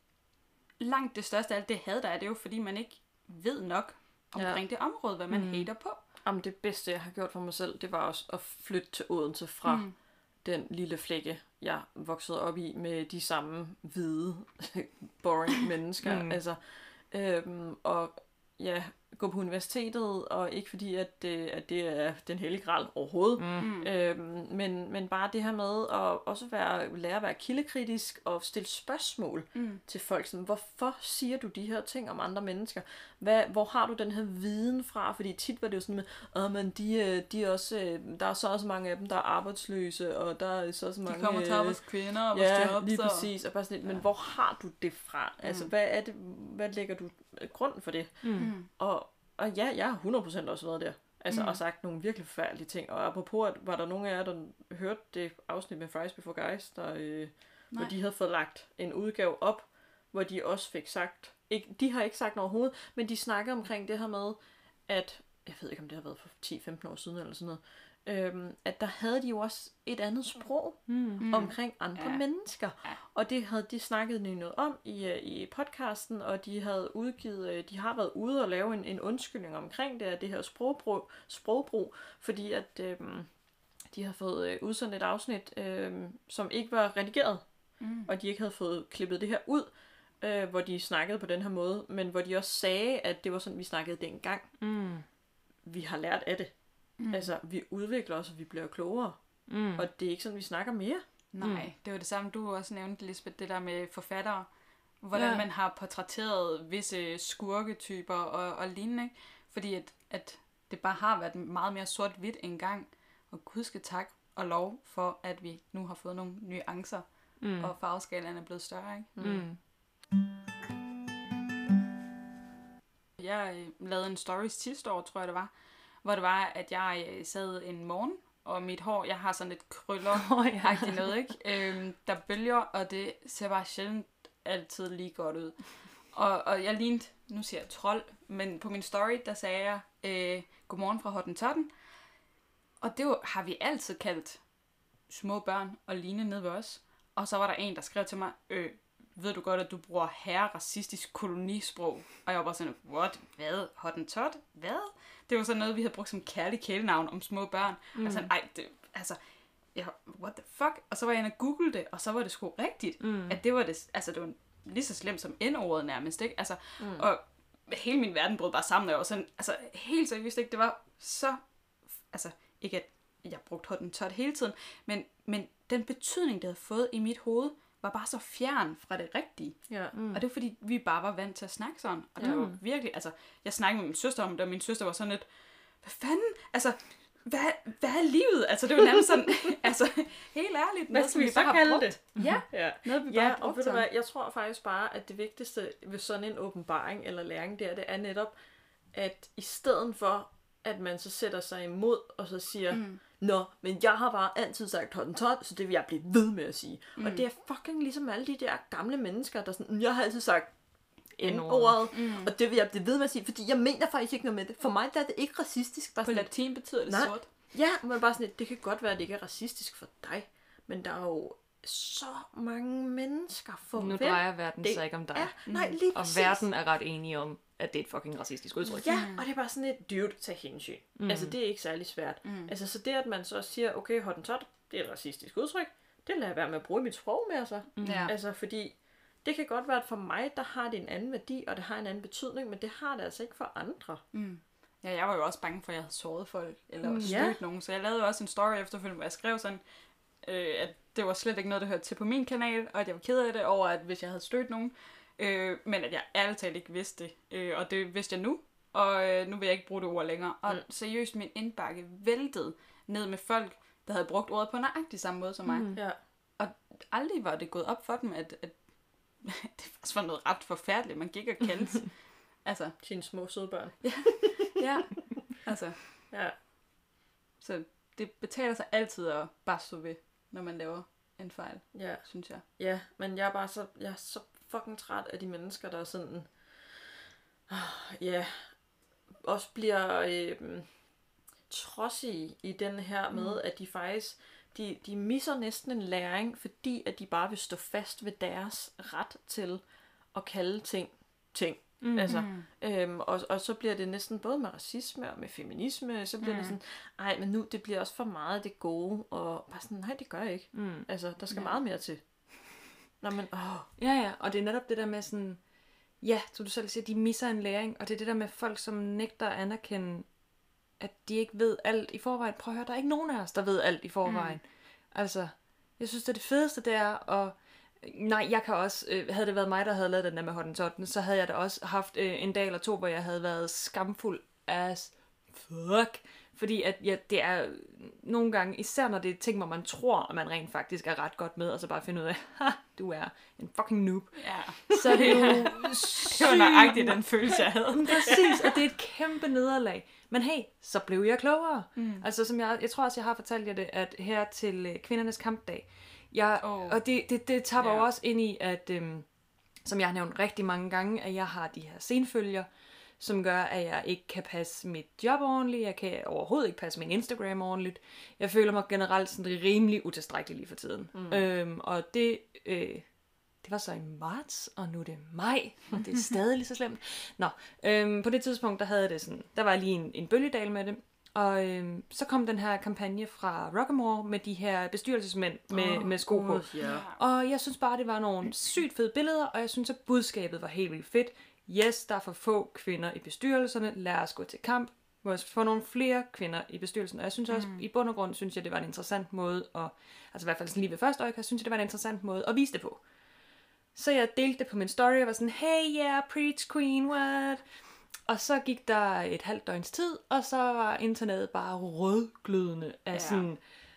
langt det største af alt det had, der er, det er jo, fordi man ikke ved nok omkring det område, hvad man hater på. Jamen, det bedste, jeg har gjort for mig selv, det var også at flytte til Odense fra den lille flække, jeg voksede op i, med de samme hvide, boring mennesker. Altså, og ja, gå på universitetet, og ikke fordi, at det er den hellige gral overhovedet, men bare det her med at også lære at være kildekritisk og stille spørgsmål til folk. Sådan, hvorfor siger du de her ting om andre mennesker? Hvor har du den her viden fra? Fordi tit var det jo sådan med, men de er også, der er så også mange af dem, der er arbejdsløse, og der er så også mange... De kommer til arbejdskvinder og ja, jobs, lige præcis. Og bare sådan lidt, men hvor har du det fra? Altså, hvad lægger du grund for det? Og ja, jeg har 100% også været der. Altså, og sagt nogle virkelig forfærdelige ting. Og apropos, var der nogen af jer, der hørte det afsnit med Fries Before Guys, hvor de havde fået lagt en udgave op, hvor de også fik sagt, de har ikke sagt noget overhovedet, men de snakkede omkring det her med, at, jeg ved ikke, om det har været for 10-15 år siden eller sådan noget, at der havde de jo også et andet sprog omkring andre mennesker. Og det havde de snakket noget om i podcasten, og de havde de har været ude og lave en undskyldning omkring det her sprogbrug, fordi at de har fået udsendt et afsnit, som ikke var redigeret, og de ikke havde fået klippet det her ud, hvor de snakkede på den her måde, men hvor de også sagde, at det var sådan, vi snakkede dengang. Vi har lært af det. Altså, vi udvikler os, og vi bliver klogere. Og det er ikke sådan, vi snakker mere. Nej, det var det samme, du også nævnte, Lisbeth, det der med forfattere. Hvordan man har portrætteret visse skurketyper og lignende. Ikke? Fordi at det bare har været meget mere sort-hvidt engang. Og gud skal tak og lov for, at vi nu har fået nogle nuancer, og farveskalaen er blevet større. Ikke? Jeg lavede en story sidste år, tror jeg det var, hvor det var, at jeg sad en morgen, og mit hår, jeg har sådan lidt krøller-agtigt noget, ikke? Der bølger, og det ser bare sjældent altid lige godt ud. Og jeg lignede, nu siger jeg trold, men på min story, der sagde jeg, godmorgen fra Hottentotten. Og det har vi altid kaldt små børn og lignende nede ved os. Og så var der en, der skrev til mig, ved du godt, at du bruger herre-racistisk kolonisprog? Og jeg var bare sådan, what? Hvad? Hottentot? Hvad? Det var sådan noget, vi havde brugt som kærlig kælenavn om små børn. Og sådan, what the fuck? Og så var jeg inde og google det, og så var det sgu rigtigt, at det var det, altså det var lige så slemt som N-ordet nærmest, ikke? Altså, og hele min verden brød bare sammen, og jeg var sådan, altså helt seriøst, ikke? Det var så, altså ikke at jeg brugte hottentot hele tiden, men den betydning, det havde fået i mit hoved, var bare så fjern fra det rigtige. Ja. Og det var fordi, vi bare var vant til at snakke sådan. Og det var virkelig, altså, jeg snakkede med min søster om det, og min søster var sådan lidt, hvad fanden? Altså, hvad er livet? Altså, det var nærmest sådan, altså, helt ærligt. Hvad skal vi så kalde det? Ja, noget vi bare og ved du hvad, jeg tror faktisk bare, at det vigtigste ved sådan en åbenbaring eller læring der, det er netop, at i stedet for, at man så sætter sig imod, og så siger, nå, men jeg har bare altid sagt hottentot, så det vil jeg blive ved med at sige. Og det er fucking ligesom alle de der gamle mennesker, der sådan, jeg har altid sagt N-ordet, og det vil jeg blive ved med at sige, fordi jeg mener faktisk ikke noget med det. For mig der er det ikke racistisk. Bare på latin betyder det sort. Ja, men bare sådan, det kan godt være, at det ikke er racistisk for dig, men der er jo så mange mennesker for nu drejer verden sig ikke om dig. Nej, lige præcis. Og verden er ret enige om, at det er et fucking racistisk udtryk. Ja, og det er bare sådan et dude, tag hensyn. Altså, det er ikke særlig svært. Altså, så det, at man så siger, okay, hottentot, det er et racistisk udtryk, det lader jeg være med at bruge mit sprog med, altså. Altså, fordi det kan godt være, at for mig, der har det en anden værdi, og det har en anden betydning, men det har det altså ikke for andre. Ja, jeg var jo også bange for, at jeg havde såret folk, eller stødt nogen, så jeg lavede også en story efterfølgende, hvor jeg skrev sådan, at det var slet ikke noget, der hørte til på min kanal, og at jeg var ked af det over, at hvis jeg havde stødt nogen, men at jeg ærligt talt ikke vidste det, og det vidste jeg nu, og nu vil jeg ikke bruge det ord længere. Og seriøst, min indbakke væltede ned med folk, der havde brugt ordet på nøjagtig samme måde som mig. Og aldrig var det gået op for dem, at det faktisk var noget ret forfærdeligt, man gik og kaldte altså sine små søde børn. Ja, altså. Ja. Så det betaler sig altid at bare stå ved, når man laver en fejl, synes jeg. Ja, men jeg er så fucking træt af de mennesker, der er sådan, også bliver trodsige i den her med, at de faktisk, de misser næsten en læring, fordi at de bare vil stå fast ved deres ret til at kalde ting. Altså, og så bliver det næsten både med racisme og med feminisme, så bliver det sådan, ej, men nu, det bliver også for meget det gode, og bare sådan, nej, det gør jeg ikke. Altså, der skal meget mere til. Nå, men, Ja, og det er netop det der med sådan, ja, som du selv siger, de misser en læring, og det er det der med folk, som nægter at anerkende, at de ikke ved alt i forvejen. Prøv at høre, der er ikke nogen af os, der ved alt i forvejen. Altså, jeg synes, det fedeste, det er, og nej, jeg kan også, havde det været mig, der havde lavet den der med Hottentotten, så havde jeg da også haft en dag eller to, hvor jeg havde været skamfuld as fuck. Fordi at, ja, det er nogle gange, især når det er ting, hvor man tror, at man rent faktisk er ret godt med, og så bare finde ud af, du er en fucking noob. Ja. Så det er jo det var nøjagtigt den følelse, jeg havde. Præcis, og det er et kæmpe nederlag. Men hey, så blev jeg klogere. Altså, som jeg tror også, jeg har fortalt jer det, at her til kvindernes kampdag, og det tapper jo også ind i, at, som jeg har nævnt rigtig mange gange, at jeg har de her senfølger, som gør, at jeg ikke kan passe mit job ordentligt, jeg kan overhovedet ikke passe min Instagram ordentligt. Jeg føler mig generelt sådan rimelig utilstrækkelig lige for tiden. Og det var så i marts, og nu er det maj, og det er stadig lige så slemt. Nå, på det tidspunkt, der havde det sådan, der var lige en bølgedal med det, og så kom den her kampagne fra Rockamore med de her bestyrelsesmænd med sko på. Og jeg synes bare, det var nogle sygt fede billeder, og jeg synes, at budskabet var helt vildt fedt. Yes, der er for få kvinder i bestyrelserne, lad os gå til kamp, lad os få nogle flere kvinder i bestyrelsen. Og jeg synes også, i bund og grund, synes jeg, det var en interessant måde, altså i hvert fald sådan lige ved første øjekast, synes jeg, det var en interessant måde at vise det på. Så jeg delte det på min story, og var sådan, hey yeah, preach queen, what? Og så gik der et halvt døgns tid, og så var internettet bare rødglødende af sådan,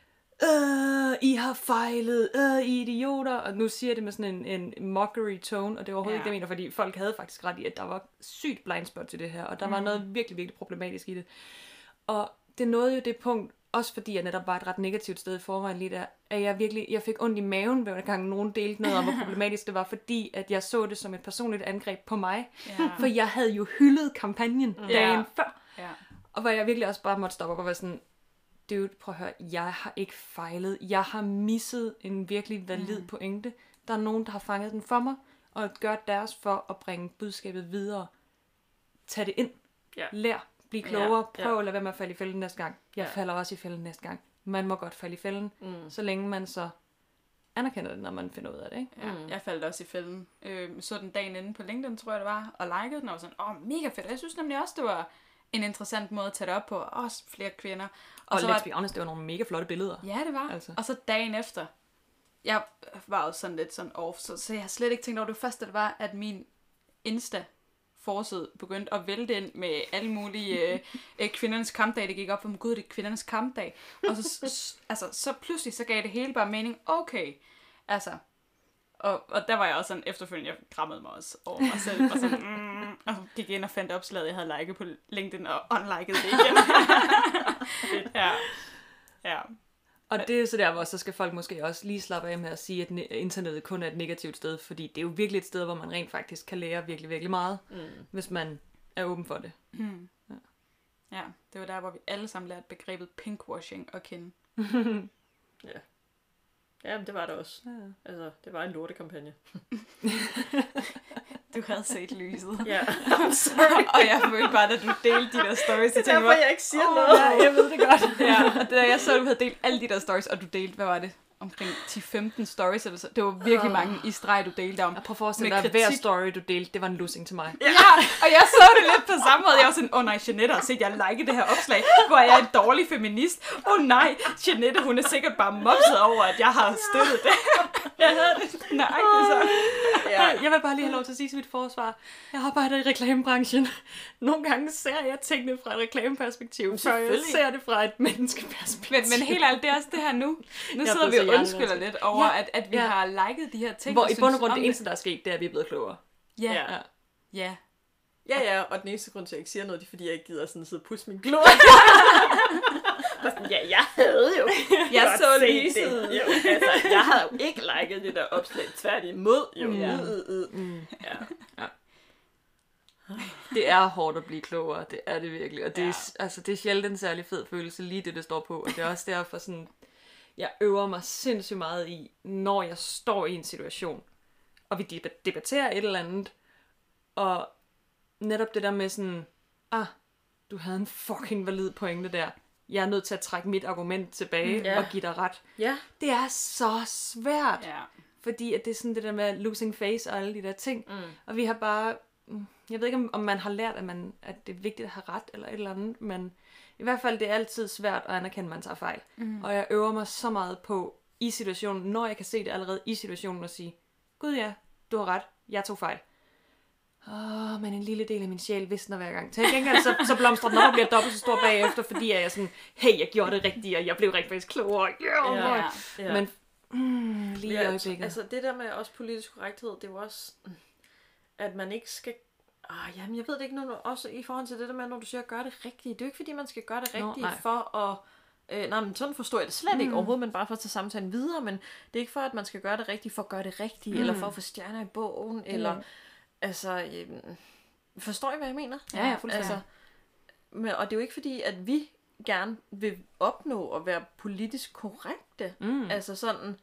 I har fejlet, I idioter. Og nu siger jeg det med sådan en mockery tone, og det er overhovedet ikke det, jeg mener, fordi folk havde faktisk ret i, at der var sygt blindspot til det her, og der var noget virkelig, virkelig problematisk i det. Og det nåede jo det punkt, også fordi jeg netop var et ret negativt sted i forvejen lige der, at jeg fik ondt i maven, hver gang nogen delte noget om, hvor problematisk det var, fordi at jeg så det som et personligt angreb på mig. For jeg havde jo hyldet kampagnen dagen før. Og hvor jeg virkelig også bare måtte stoppe op og være sådan, dude, prøv at høre, jeg har ikke fejlet. Jeg har misset en virkelig valid pointe. Der er nogen, der har fanget den for mig, og gør deres for at bringe budskabet videre. Tag det ind. Lær. Bliv klogere. Prøv at lade være med at falde i fælden næste gang. Jeg falder også i fælden næste gang. Man må godt falde i fælden, så længe man så anerkender det, når man finder ud af det. Ikke? Jeg faldt også i fælden. Så den dagen inden på LinkedIn, tror jeg det var, og likede den, og var sådan, mega fedt. Jeg synes nemlig også, det var en interessant måde at tage det op på. Også flere kvinder. Og let's be honest, det var nogle mega flotte billeder. Ja, det var. Altså. Og så dagen efter, jeg var jo sådan lidt sådan off, så jeg har slet ikke tænkt over det første, det var, at min Insta forside begyndte at vælte ind med alle mulige kvindernes kampdag. Det gik op for mig, gud, det er kvindernes kampdag. Og så pludselig så gav det hele bare mening. Okay, altså. Og der var jeg også sådan, efterfølgende, jeg krammede mig også over mig selv. Og sådan, og gik ind og fandt opslaget, jeg havde liket på LinkedIn, og unliket det igen. Ja. Og det er så der, hvor så skal folk måske også lige slappe af med at sige, at internettet kun er et negativt sted, fordi det er jo virkelig et sted, hvor man rent faktisk kan lære virkelig, virkelig meget, hvis man er åben for det. Ja, det var der, hvor vi alle sammen lærte begrebet pinkwashing at kende. Ja, men det var det også. Altså, det var en lortekampagne. Du havde set lyset. Ja, I'm sorry. Og jeg følte bare, at du delte de der stories. Det er derfor, jeg ikke siger noget. Ja, jeg ved det godt. Ja, og da jeg så, at du havde delt alle de der stories, og du delte, hvad var det? Omkring 10-15 stories eller så. Det var virkelig mange i streg, du delte om. Jeg prøver at forestille dig, at hver story, du delte, det var en losing til mig. Ja, og jeg så det lidt på samme måde. Jeg var sådan, nej, Jeanette har set, jeg likede det her opslag, hvor jeg er en dårlig feminist. Nej, Jeanette, hun er sikkert bare mopset over, at jeg har støttet det. Jeg havde det. Nej, det er så. Ja. Jeg vil bare lige have lov til at sige til mit forsvar. Jeg arbejder i reklamebranchen. Nogle gange ser jeg tingene fra et reklameperspektiv, så jeg ser det fra et menneskeperspektiv. Men helt ærligt, det er også det her nu. Nu sidder vi og undskylder lidt over, at vi har liket de her ting. Hvor i bund og grund det eneste, der er sket, det er, at vi er blevet klogere. Ja, og den eneste grund til, at jeg ikke siger noget, det er, fordi jeg ikke gider sådan sidde og pusse min glor. Ja, jeg havde jo jeg så lyset. Altså, jeg havde jo ikke liket det der opslag, tværtimod jo. Ja. Det er hårdt at blive klogere, det er det virkelig. Og det er, det er sjældent en særlig fed følelse, lige det står på. Og det er også derfor sådan, jeg øver mig sindssygt meget i, når jeg står i en situation, og vi debatterer et eller andet, og netop det der med sådan, du havde en fucking valid pointe der. Jeg er nødt til at trække mit argument tilbage og give dig ret. Ja. Det er så svært. Ja. Fordi at det er sådan det der med losing face og alle de der ting. Og vi har bare... Jeg ved ikke, om man har lært, at det er vigtigt at have ret eller et eller andet, men i hvert fald det er altid svært at anerkende, at man tager fejl. Og jeg øver mig så meget på i situationen, når jeg kan se det allerede i situationen og sige, gud ja, du har ret, jeg tog fejl. Men en lille del af min sjæl visner hver gang. Til gengæld så blomstrer den op og bliver dobbelt så stor bagefter, fordi jeg er sådan, hey, jeg gjorde det rigtigt, og jeg blev rigtig faktisk klogere. Men lige i øjeblikket. Altså det der med også politisk korrekthed, det er jo også, at man ikke skal... jamen jeg ved det ikke, også i forhold til det der med, når du siger, gør det rigtigt. Det er jo ikke, fordi man skal gøre det rigtigt for at... men sådan forstår jeg det slet ikke overhovedet, men bare for at tage samtalen videre, men det er ikke for, at man skal gøre det rigtigt for at gøre det rigtigt, eller for at få stjerner i bogen, eller... Altså, forstår I, hvad jeg mener? Ja, fuldstændig. Altså, og det er jo ikke fordi, at vi gerne vil opnå at være politisk korrekte. Altså sådan,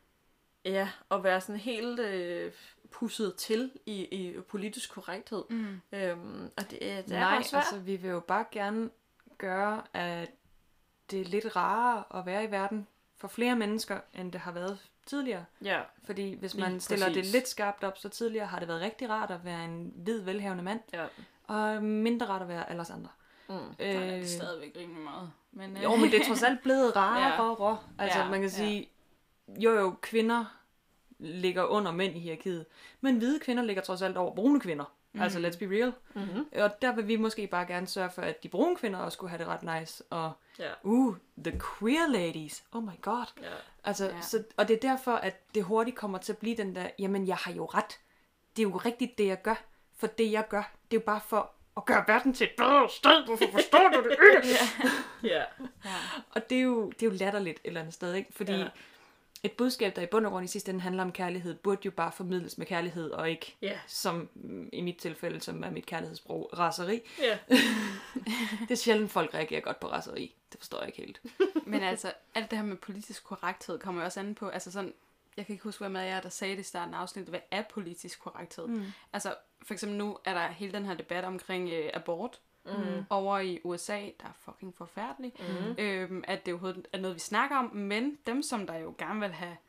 at være sådan helt pusset til i politisk korrekthed. Og det er bare svært. Altså, vi vil jo bare gerne gøre, at det er lidt rarere at være i verden for flere mennesker, end det har været tidligere. Ja. Fordi hvis man stiller det lidt skarpt op, så tidligere har det været rigtig rart at være en hvid, velhavende mand, og mindre rart at være alle os andre. Det er stadigvæk rimelig meget. Men, Jo, men det er trods alt blevet rarere. Altså man kan sige, jo, kvinder ligger under mænd i hierarkiet, men hvide kvinder ligger trods alt over brune kvinder. Altså, let's be real. Og der vil vi måske bare gerne sørge for, at de brune kvinder også skulle have det ret nice. Og, the queer ladies. Oh my god. Altså, og det er derfor, at det hurtigt kommer til at blive den der, jamen, jeg har jo ret. Det er jo rigtigt, det jeg gør. For det, jeg gør, det er jo bare for at gøre verden til et bedre sted. Hvorfor forstår du det ikke? Og det er jo latterligt et eller andet sted, ikke? Fordi... Et budskab, der i bund og grund i sidste ende handler om kærlighed, burde jo bare formidles med kærlighed, og ikke som i mit tilfælde, som er mit kærlighedssprog, raseri. Det er sjældent, folk reagerer godt på raseri. Det forstår jeg ikke helt. Men altså, alt det her med politisk korrekthed kommer jo også an på, altså sådan, jeg kan ikke huske, hvem af jer, der sagde det i starten af afsnittet, hvad er politisk korrekthed? Altså, for eksempel nu er der hele den her debat omkring abort, over i USA, der er fucking forfærdeligt, at det jo er noget, vi snakker om, men dem, som der jo gerne vil have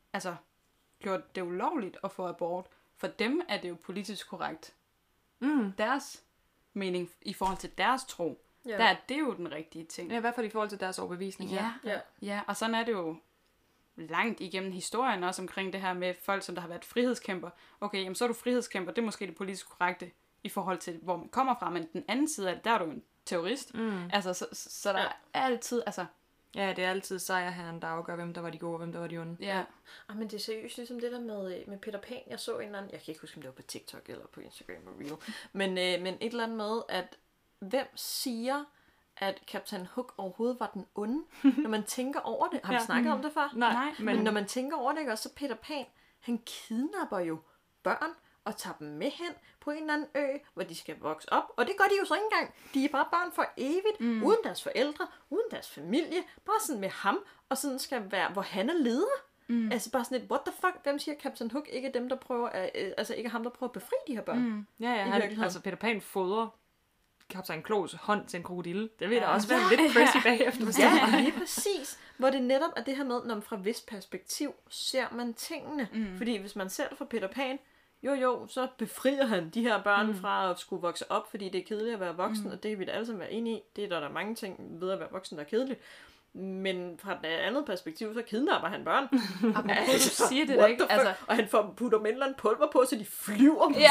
gjort det ulovligt at få abort, for dem er det jo politisk korrekt. Deres mening i forhold til deres tro, der er det jo den rigtige ting. Ja, i hvert fald i forhold til deres overbevisning. Ja, og sådan er det jo langt igennem historien også omkring det her med folk, som der har været frihedskæmper. Okay, jamen så er du frihedskæmper, det er måske det politisk korrekte i forhold til, hvor man kommer fra, men den anden side af det, der er du en terrorist. Altså, så der er altid, altså... Ja, det er altid sejrherren, der afgør, hvem der var de gode, og hvem der var de onde. Ja. Men det er seriøst ligesom det der med Peter Pan. Jeg så en eller anden, jeg kan ikke huske, om det var på TikTok eller på Instagram og Reel, men et eller andet med, at hvem siger, at Captain Hook overhovedet var den onde, når man tænker over det. Har vi snakket om det før? Nej. Men når man tænker over det, ikke også, så Peter Pan, han kidnapper jo børn, og tager dem med hen på en eller anden ø, hvor de skal vokse op. Og det gør de jo så ikke engang. De er bare børn for evigt, uden deres forældre, uden deres familie, bare sådan med ham, og sådan skal være, hvor han er leder. Altså bare sådan et, what the fuck, hvem siger Captain Hook ikke er dem, der prøver, altså ikke er ham, der prøver at befri de her børn? Altså Peter Pan fodrer Kaptajn Klos hånd til en krokodille. Det vil da også være lidt crazy bagefter. Ja, lige præcis. Hvor det netop er det her med, når fra vis perspektiv ser man tingene. Fordi hvis man ser det fra Peter Pan, jo, så befrier han de her børn fra at skulle vokse op, fordi det er kedeligt at være voksen, og det kan vi da alle sammen være enige i. Det er der mange ting ved at være voksen, der er kedeligt. Men fra et andet perspektiv, så kidnapper han børn. Altså, siger det ikke. Altså... Og han putter med en pulver på, så de flyver. Ja.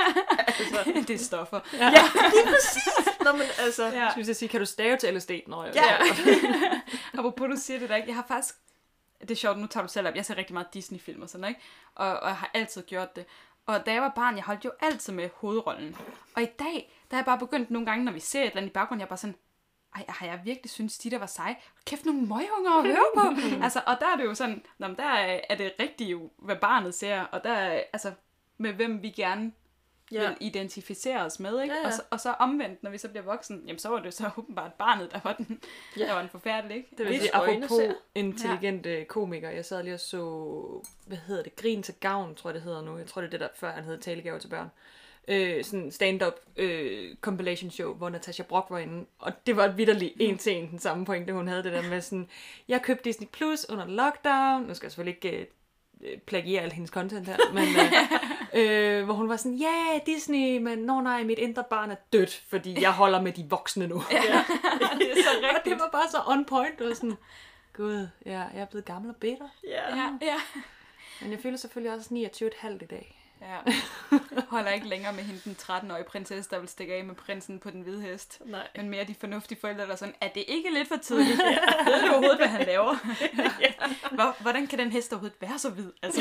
Altså. Det er stoffer. Ja, lige præcis. Nå, men altså... Ja. Skal vi sige, kan du stave til LSD? Nå, Apropos, du siger det der ikke. Jeg har faktisk... Det er sjovt, nu tager du selv op. Jeg ser rigtig meget Disney-film og sådan, ikke? Og jeg har altid gjort det. Og da jeg var barn, jeg holdt jo altid med hovedrollen. Og i dag, der er jeg bare begyndt nogle gange, når vi ser et eller andet i baggrunden, jeg er bare sådan, har jeg virkelig synes, de der var seje? Kæft, nogle møgunger at høre på. Altså, og der er det jo sådan, der er det rigtigt jo, hvad barnet ser, og der er, altså, med hvem vi gerne vil identificere os med, ikke? Ja. Og så omvendt, når vi så bliver voksen, jamen så var det så åbenbart barnet, der var den, der var den forfærdelige, ikke? Det vil sige, apropos intelligente komiker, jeg sad lige og så, hvad hedder det, Grin til gavn, tror jeg det hedder nu, jeg tror det er det der, før han hed Talegave til børn. sådan stand-up compilation show, hvor Natasha Brock var inde, og det var vitterligt en til en den samme pointe, hun havde det der med sådan, jeg købte Disney Plus under lockdown, nu skal jeg selvfølgelig ikke plagiere alt hendes content her, men hvor hun var sådan, ja, Disney, men nej, mit indre barn er dødt, fordi jeg holder med de voksne nu. Ja. Det er så rigtigt. Og det var bare så on point, og sådan, gud, ja, jeg er blevet gammel og bitter. Ja. Men jeg føler selvfølgelig også 29,5 i dag. Ja. Holder ikke længere med hende, den 13-årige prinsesse, der vil stikke af med prinsen på den hvide hest. Nej. Men mere de fornuftige forældre, der er sådan, er det ikke lidt for tidligt? Ved du overhovedet, hvad han laver? Hvordan kan den hest overhovedet være så hvid? Altså.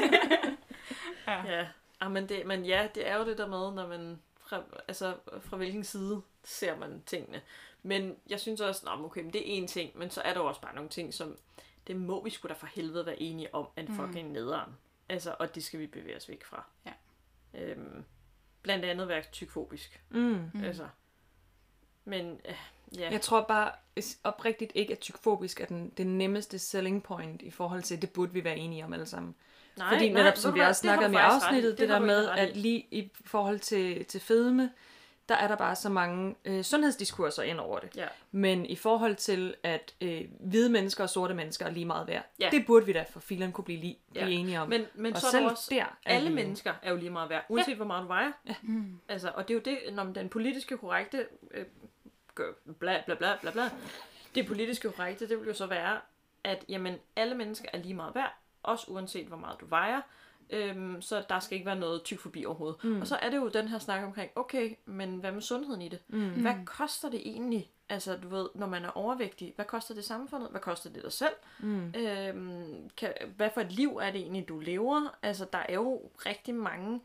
Ja. Men det er jo det der med, når man fra hvilken side ser man tingene. Men jeg synes også, okay, men det er én ting, men så er der også bare nogle ting, som det må vi sgu da for helvede være enige om, en fucking nederen. Altså, og det skal vi bevæge os væk fra. Ja. Blandt andet være tykfobisk. Altså. Men, ja. Jeg tror bare oprigtigt ikke, at tykfobisk er det nemmeste selling point i forhold til, det burde vi være enige om alle sammen. Fordi netop som vi også snakkede om i afsnittet, det der med, at lige i forhold til fedme, der er der bare så mange sundhedsdiskurser ind over det. Ja. Men i forhold til, at hvide mennesker og sorte mennesker er lige meget værd, ja. Det burde vi da for filen kunne blive enige om. Men og så selv også, der alle mennesker er jo lige meget værd, uanset hvor meget du vejer. Ja. Altså, og det er jo det, når den politiske korrekte bla bla bla bla bla, det politiske korrekte, det vil jo så være, at jamen, alle mennesker er lige meget værd, også uanset hvor meget du vejer. Så der skal ikke være noget tykfobi overhovedet. Og så er det jo den her snak omkring, okay, men hvad med sundheden i det? Hvad koster det egentlig? Altså, du ved, når man er overvægtig, hvad koster det samfundet? Hvad koster det dig selv? Hvad for et liv er det egentlig, du lever? Altså, der er jo rigtig mange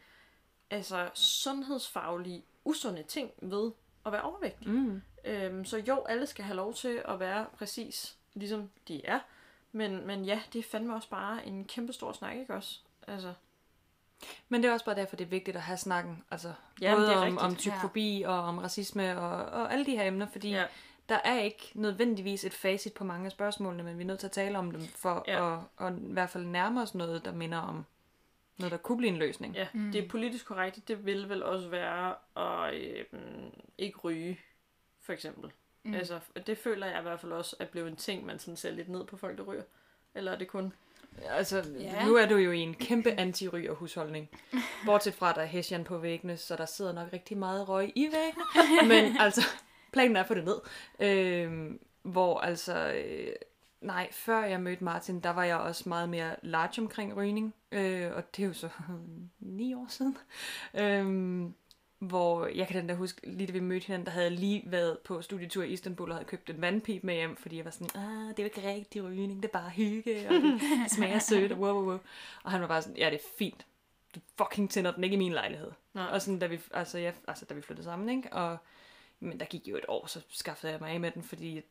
sundhedsfaglige, usunde ting ved at være overvægtig. Så jo, alle skal have lov til at være præcis ligesom de er. Men ja, det er fandme også bare en kæmpe stor snak, ikke også? Altså. Men det er også bare derfor, det er vigtigt at have snakken, altså Jamen, både om tykfobi og om racisme og alle de her emner, fordi der er ikke nødvendigvis et facit på mange af spørgsmålene, men vi er nødt til at tale om dem for at i hvert fald nærme os noget, der minder om noget, der kunne blive en løsning. Ja, det politisk korrekte, det vil vel også være at ikke ryge, for eksempel. Altså, det føler jeg i hvert fald også, at blev en ting, man sådan ser lidt ned på folk, der ryger. Eller er det kun... Altså, nu er du jo i en kæmpe anti-ryger-husholdning. Bortset fra, at der er hessian på væggene, så der sidder nok rigtig meget røg i væggene. Men altså, planen er at få det ned. Hvor altså... nej, før jeg mødte Martin, der var jeg også meget mere large omkring rygning. Og det er jo så 9 år siden. Hvor jeg kan den der huske, lige da vi mødte hinanden, der havde jeg lige været på studietur i Istanbul og havde købt en vandpip med hjem, fordi jeg var sådan, det er jo ikke rigtig rygning, det er bare hygge, og det smager sødt, og wow. Og han var bare sådan, ja, det er fint. Du fucking tænder den ikke i min lejlighed. Nej. Og sådan, da vi flyttede sammen, ikke? Men der gik jo et år, så skaffede jeg mig af med den, fordi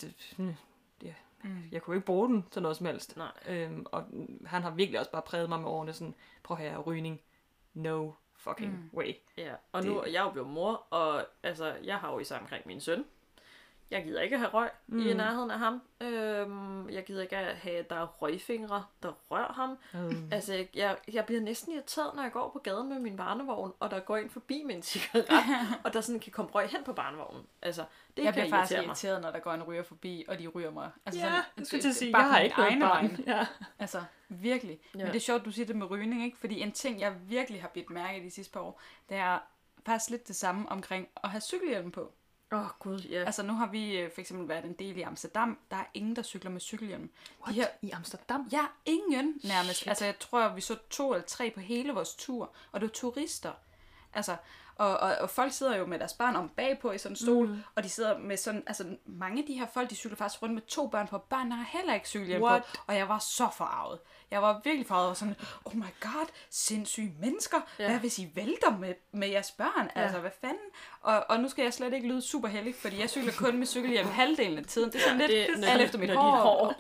jeg kunne ikke bruge den til noget som helst. Og han har virkelig også bare præget mig med årene sådan, prøv at have rygning, no fucking way. Ja, og nu er jeg jo blevet mor, og altså, jeg har jo især omkring min søn. Jeg gider ikke have røg i nærheden af ham. Jeg gider ikke have, at der er røgfingre, der rører ham. Altså, jeg bliver næsten irriteret, når jeg går på gaden med min barnevogn, og der går ind forbi med en cigaret, og der sådan kan komme røg hen på barnevognen. Altså, det jeg bliver faktisk irriteret, når der går en ryger forbi, og de ryger mig. Altså, jeg skulle til at sige, jeg har ikke noget barn. Ja. Altså, virkelig. Ja. Men det er sjovt, du siger det med rygning, ikke? Fordi en ting, jeg virkelig har bidt mærke i de sidste par år, det er faktisk lidt det samme omkring at have cykelhjelm på. Gud, ja. Altså, nu har vi for eksempel været en del i Amsterdam. Der er ingen, der cykler med cykelhjelm. I Amsterdam? Ja, ingen nærmest. Shit. Altså, jeg tror, vi så 2 eller 3 på hele vores tur. Og det var turister. Altså, og folk sidder jo med deres barn om bagpå i sådan en stol. Og de sidder med sådan... Altså, mange af de her folk, de cykler faktisk rundt med 2 børn på. Børnene har heller ikke cykelhjelm på. Og jeg var så forarvet. Jeg var virkelig forarvet og sådan, oh my god, sindssyge mennesker. Hvad hvis I vælter med jeres børn? Altså, hvad fanden? Og nu skal jeg slet ikke lyde super heldig, fordi jeg cykler kun med cykelhjelm halvdelen af tiden. Det er sådan lidt alt efter mit hår.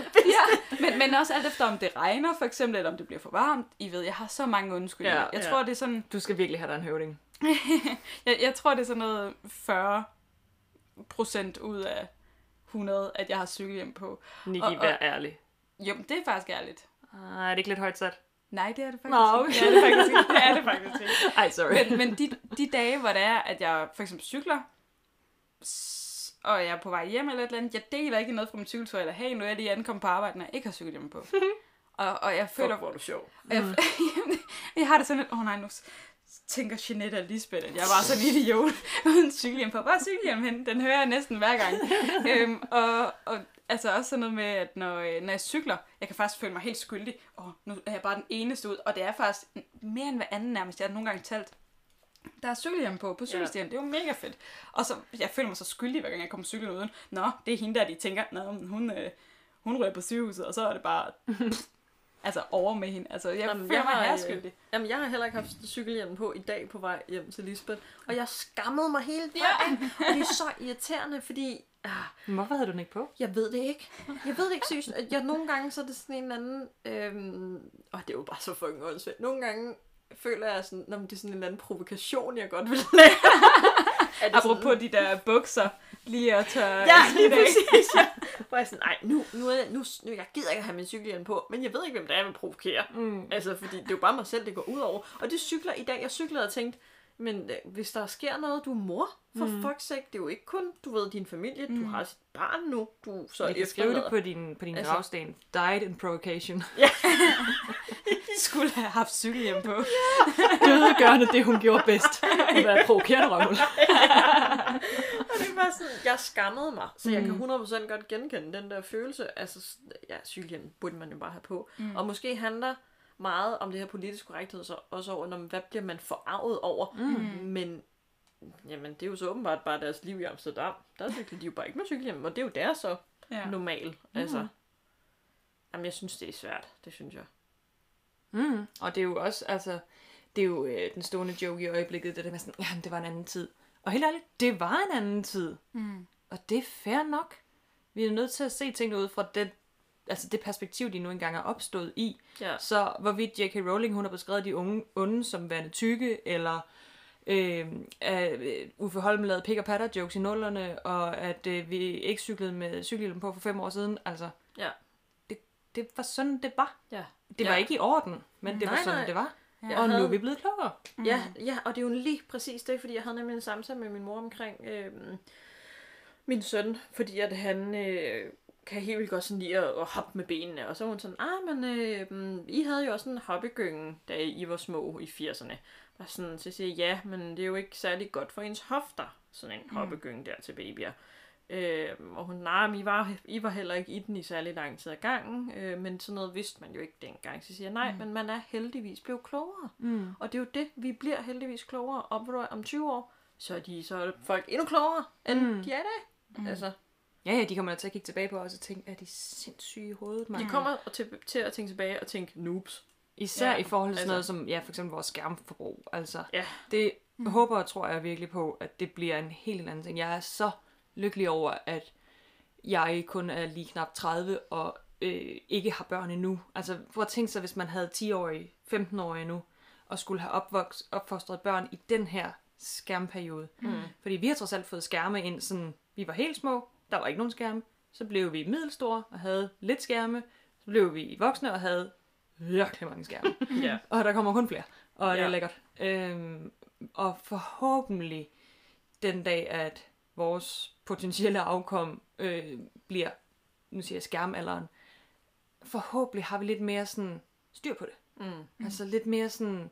Men også alt efter, om det regner, for eksempel, eller om det bliver for varmt. I ved, jeg har så mange undskyldninger. Jeg tror, det er sådan... Du skal virkelig have dig en høvding. jeg tror, det er sådan noget 40% ud af 100, at jeg har cykelhjelm på. Nikki, vær ærlig. Jo, det er faktisk ærligt. Er det ikke lidt højt sat? Nej, det er det faktisk okay. ikke. Det er det faktisk ikke. Ej, sorry. Men de dage, hvor det er, at jeg for eksempel cykler, og jeg er på vej hjem eller et eller andet, jeg deler ikke noget fra min cykeltur, eller hey, nu er jeg lige ankommet på arbejde, når jeg ikke har cykelhjelm på. og jeg føler... Hvor er du sjov. Jeg har det sådan lidt, nej, nu tænker Jeanette og Lisbeth, at jeg var sådan en idiot uden cykelhjelm på. Hvor er cykelhjelm hen? Den hører jeg næsten hver gang. Og altså også sådan noget med, at når jeg cykler, jeg kan faktisk føle mig helt skyldig. Nu er jeg bare den eneste ud, og det er faktisk mere end hver anden nærmest. Jeg har nogle gange talt, der er cykelhjelm på cykelstien. Det er jo mega fedt. Og så, jeg føler mig så skyldig, hver gang jeg kommer cyklen uden. Nå, det er hende der, de tænker, hun rører på sygehuset, og så er det bare... Altså over med hende. Altså, jeg føler mig herskyldig. Jamen, jeg har heller ikke haft cykelhjelm på i dag på vej hjem til Lisbeth. Og jeg skammede mig hele vejen. Og det er så irriterende, fordi... Hvorfor havde du den ikke på? Jeg ved det ikke. Seriøst. Nogle gange så er det sådan en eller anden... det er jo bare så fucking åndssvagt. Nogle gange føler jeg sådan, det er sådan en eller anden provokation, jeg godt vil lave. Apropos sådan... de der bukser, lige at tørre... Ja, lige præcis. Ja. Hvor jeg sådan, nej, nu, jeg gider ikke at have min cykelhjelm på, men jeg ved ikke, hvem det er, jeg vil provokere. Altså, fordi det er jo bare mig selv, det går ud over. Og det cykler i dag, jeg cyklede og tænkte, men hvis der sker noget, du er mor, for fuck's sake, det er jo ikke kun, du ved, din familie, du har sit barn nu, du så jeg kan skrive det på din gravsten. Died in provocation. Ja. Skulle have haft cykelhjelm på. Dødegørende det, hun gjorde bedst. At være provokerende røvhul. Og det var sådan, jeg skammede mig, så jeg kan 100% godt genkende den der følelse. Altså, ja, cykelhjelm burde man jo bare have på. Og måske handler meget om det her politisk korrekthed, så også over, hvad bliver man forarvet over. Men jamen, det er jo så åbenbart bare deres liv i Amsterdam. Der cykler de jo bare ikke med cykelhjelm, og det er jo deres så normal. Altså, jamen, jeg synes, det er svært. Det synes jeg. Og det er jo også, altså, det er jo den stående joke i øjeblikket, det der med sådan, jamen, det var en anden tid. Og helt ærligt, det var en anden tid. Og det er fair nok. Vi er nødt til at se tingene ud fra det perspektiv, de nu engang er opstået i. Ja. Så hvorvidt J.K. Rowling, hun har beskrevet de onde som værende tykke, eller Uffe Holm lavede pick og patter jokes i nullerne, og at vi ikke cyklede med cykelhjelm på for 5 år siden. Altså, det var sådan, det var. Ja. Det var ikke i orden, men det var sådan, det var. Ja, og nu er vi blevet klogere. Ja, og det er jo lige præcis det, fordi jeg havde nemlig en samtale med min mor omkring min søn, fordi at han kan helt vildt godt sådan lide at hoppe med benene, og så var hun sådan, I havde jo også en hoppegynge, da I var små i 80'erne. Og sådan, så siger jeg, ja, men det er jo ikke særlig godt for ens hofter, sådan en hoppegynge der til babyer. Og hun, men I var heller ikke i den i særlig lang tid ad gangen, men sådan noget vidste man jo ikke dengang. Så siger jeg, nej, men man er heldigvis blevet klogere. Og det er jo det, vi bliver heldigvis klogere. Og om 20 år, så er folk endnu klogere, end de er i dag. Altså. Ja, de kommer til at kigge tilbage på os og tænke, er de sindssyge i hovedet, man? De kommer til at tænke tilbage og tænke, noobs. Især i forhold til sådan noget som, for eksempel vores skærmforbrug. Altså, det håber og tror jeg virkelig på, at det bliver en helt anden ting. Jeg er så lykkelig over, at jeg kun er lige knap 30 og ikke har børn endnu. Altså, for at tænke sig, hvis man havde 10-årige, 15-årige nu, og skulle have opfostret børn i den her skærmperiode. Fordi vi har trods alt fået skærme ind, sådan, vi var helt små, der var ikke nogen skærme. Så blev vi middelstore og havde lidt skærme. Så blev vi voksne og havde virkelig mange skærme. Og der kommer kun flere. Og det er lækkert. Og forhåbentlig den dag, at vores potentielle afkom bliver, nu siger jeg skærmalderen, forhåbentlig har vi lidt mere sådan styr på det. Altså lidt mere sådan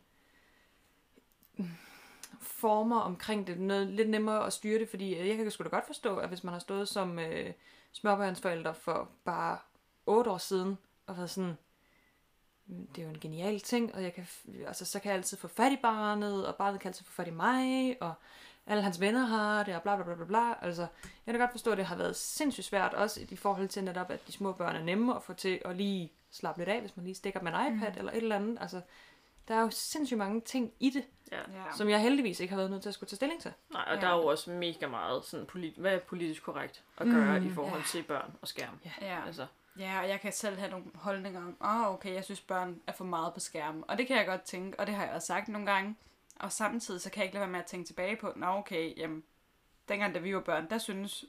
former omkring det. Noget lidt nemmere at styre det, fordi jeg kan sgu da godt forstå, at hvis man har stået som småbørnsforældre for bare 8 år siden, og været sådan, det er jo en genial ting, og så kan jeg altid få fat i barnet, og barnet kan altid få fat i mig, og alle hans venner har det, og bla bla bla bla bla. Altså, jeg kan godt forstå, at det har været sindssygt svært, også i forhold til netop, at de små børn er nemme at få til at lige slappe lidt af, hvis man lige stikker med en iPad eller et eller andet. Altså, der er jo sindssygt mange ting i det, som jeg heldigvis ikke har været nødt til at skulle tage stilling til. Nej, og der er jo også mega meget sådan, hvad er politisk korrekt at gøre i forhold til børn og skærm. Altså. Ja, og jeg kan selv have nogle holdninger om, okay, jeg synes børn er for meget på skærmen. Og det kan jeg godt tænke, og det har jeg også sagt nogle gange. Og samtidig så kan jeg ikke lade være med at tænke tilbage på, okay, jamen, dengang da vi var børn, der synes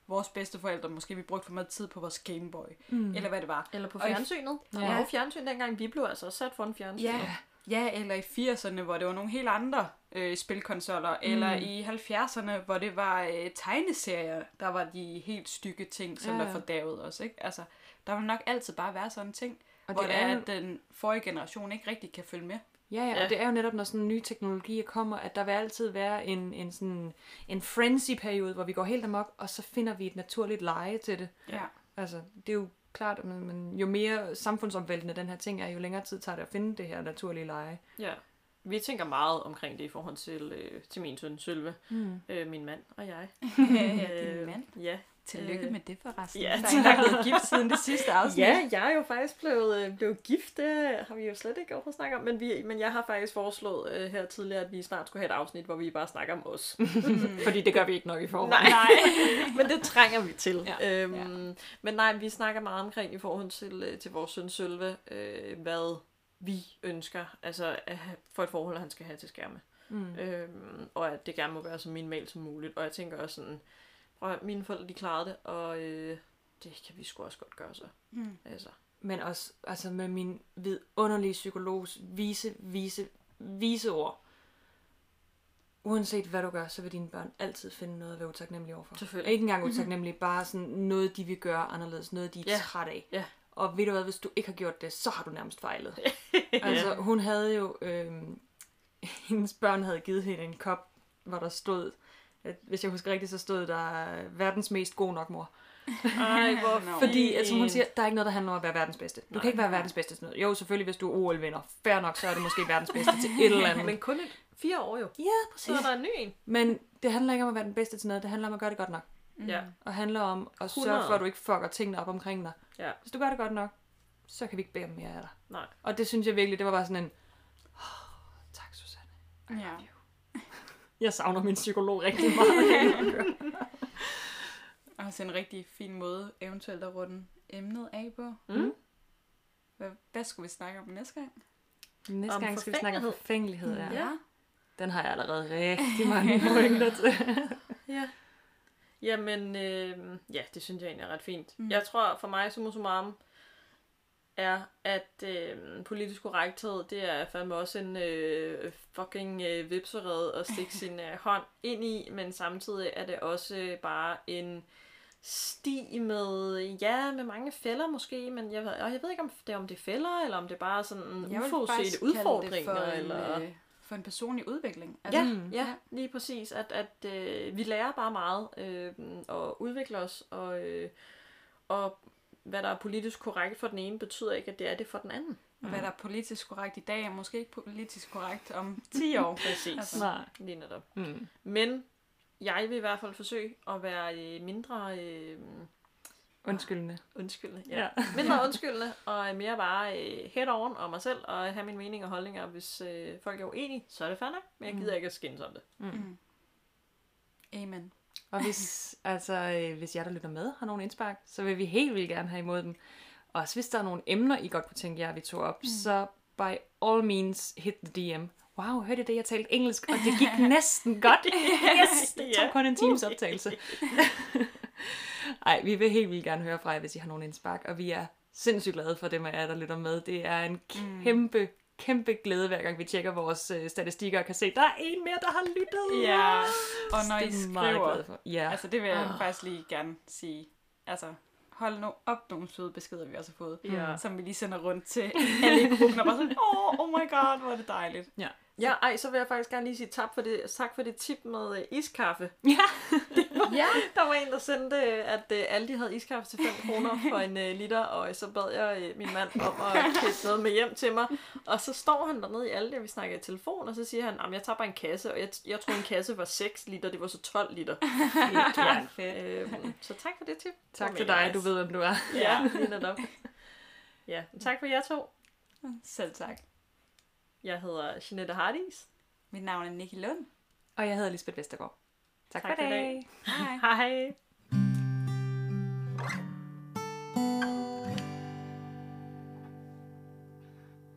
vores bedsteforældre måske vi brugte for meget tid på vores Gameboy, eller hvad det var. Eller på fjernsynet. Der var jo fjernsyn dengang, vi blev altså sat foran fjernsynet. Ja, eller i 80'erne, hvor det var nogle helt andre spilkonsoller, eller i 70'erne, hvor det var tegneserier, der var de helt stykke ting, som der fordavede os, ikke? Altså, der vil nok altid bare være sådan en ting, og hvor det er, at den forrige generation ikke rigtig kan følge med. Ja, og det er jo netop, når sådan nye teknologier kommer, at der vil altid være en frenzy-periode, hvor vi går helt amok, og så finder vi et naturligt leje til det. Ja. Altså, det er jo klart, men jo mere samfundsomvæltende den her ting er, jo længere tid tager det at finde det her naturlige leje. Ja, vi tænker meget omkring det i forhold til min søn Sølve, min mand og jeg. Din mand? Ja. Tillykke med det forresten. Ja, der er ikke blevet gift siden det sidste afsnit. Ja, jeg er jo faktisk blevet gift. Det har vi jo slet ikke overhovedet snakket om. Men jeg har faktisk foreslået her tidligere, at vi snart skulle have et afsnit, hvor vi bare snakker om os. Fordi det gør vi ikke nok i forvejen. Nej. Men det trænger vi til. Ja. Men nej, vi snakker meget omkring i forhold til vores søn Sølve, hvad vi ønsker altså for et forhold, han skal have til skærme. Og at det gerne må være så minimalt som muligt. Og jeg tænker også sådan, mine forældre, de klarede det, og det kan vi sgu også godt gøre så. Altså. Men også altså med min vidunderlige psykologs vise ord. Uanset hvad du gør, så vil dine børn altid finde noget at være utaknemmelige overfor. Selvfølgelig. Ikke engang utaknemmelige, bare sådan noget, de vil gøre anderledes, noget, de er træt af. Ja. Og ved du hvad, hvis du ikke har gjort det, så har du nærmest fejlet. Altså, hun havde jo, hendes børn havde givet hende en kop, hvor der stod, hvis jeg husker rigtigt, så stod der verdens mest god nok mor. Ej, hvor fordi, altså, hun siger, der er ikke noget, der handler om at være verdens bedste. Du kan ikke være verdens bedste til noget. Jo, selvfølgelig, hvis du er OL-vinder. Fair nok, så er du måske verdens bedste til et eller andet. Men kun 4 år jo. Ja, præcis. Så er der en ny en. Men det handler ikke om at være den bedste til noget. Det handler om at gøre det godt nok. Ja. Og handler om at sørge for, at du ikke fucker tingene op omkring dig. Ja. Hvis du gør det godt nok, så kan vi ikke bede om mere af dig. Nej. Og det synes jeg virkelig, det var bare sådan en, tak Susanne. Ja. Jeg savner min psykolog rigtig meget. Og en rigtig fin måde eventuelt at runde emnet af på. Hvad skulle vi snakke om næste gang? Næste gang skal vi snakke om forfængelighed. Ja. Den har jeg allerede rigtig mange pointer til. Ja. Jamen, det synes jeg egentlig er ret fint. Jeg tror for mig, summa summarum, er, at politisk korrekthed, det er fandme også en fucking vipserede at stikke sin hånd ind i, men samtidig er det også bare en sti med mange fælder måske, men jeg ved ikke, om det er fælder, eller om det er bare sådan uforudsete udfordringer. For en personlig udvikling. Altså, ja, lige præcis. At vi lærer bare meget og udvikler os, og hvad der er politisk korrekt for den ene, betyder ikke, at det er det for den anden. Hvad der er politisk korrekt i dag, er måske ikke politisk korrekt om 10 år. Præcis. Altså. Nej. Lige netop. Men jeg vil i hvert fald forsøge at være mindre... Undskyldende. Ja. Mindre undskyldende, og mere bare head on om mig selv, og have min mening og holdninger. Hvis folk er uenige, så er det fair nok, men jeg gider ikke at skændes om det. Amen. Og hvis jer, der lytter med, har nogle indspark, så vil vi helt vildt gerne have imod dem. Og også hvis der er nogle emner, I godt kunne tænke jer, vi tog op, så by all means hit the DM. Wow, hørte det, jeg talte engelsk, og det gik næsten godt. Yes, det tog kun en times optagelse. Ej, vi vil helt vildt gerne høre fra jer, hvis I har nogle indspark, og vi er sindssygt glade for dem af jer, der lytter med. Det er en kæmpe glæde, hver gang vi tjekker vores statistikker og kan se, der er en mere, der har lyttet. Ja, og når I skriver, ja. Altså det vil jeg faktisk lige gerne sige, altså hold nu op nogle søde beskeder, vi også har fået, som vi lige sender rundt til alle i gruppen, og bare sådan, oh my god, hvor er det dejligt. Ja. Så vil jeg faktisk gerne lige sige tak for det tip med iskaffe. Ja. Der var en, der sendte, at alle de havde iskaffe til 5 kroner for en liter, og så bad jeg min mand om at købe noget med hjem til mig. Og så står han dernede i alle det, vi snakker i telefon, og så siger han, jeg tager bare en kasse, og jeg tror en kasse var 6 liter, det var så 12 liter. Så tak for det tip. Tak til dig, du ved, hvem du er. Ja, lige netop. Ja, tak for jer to. Selv tak. Jeg hedder Jeanette Hardis. Mit navn er Nikki Lund. Og jeg hedder Lisbeth Vestergaard. Tak for i dag. Hej. Hej.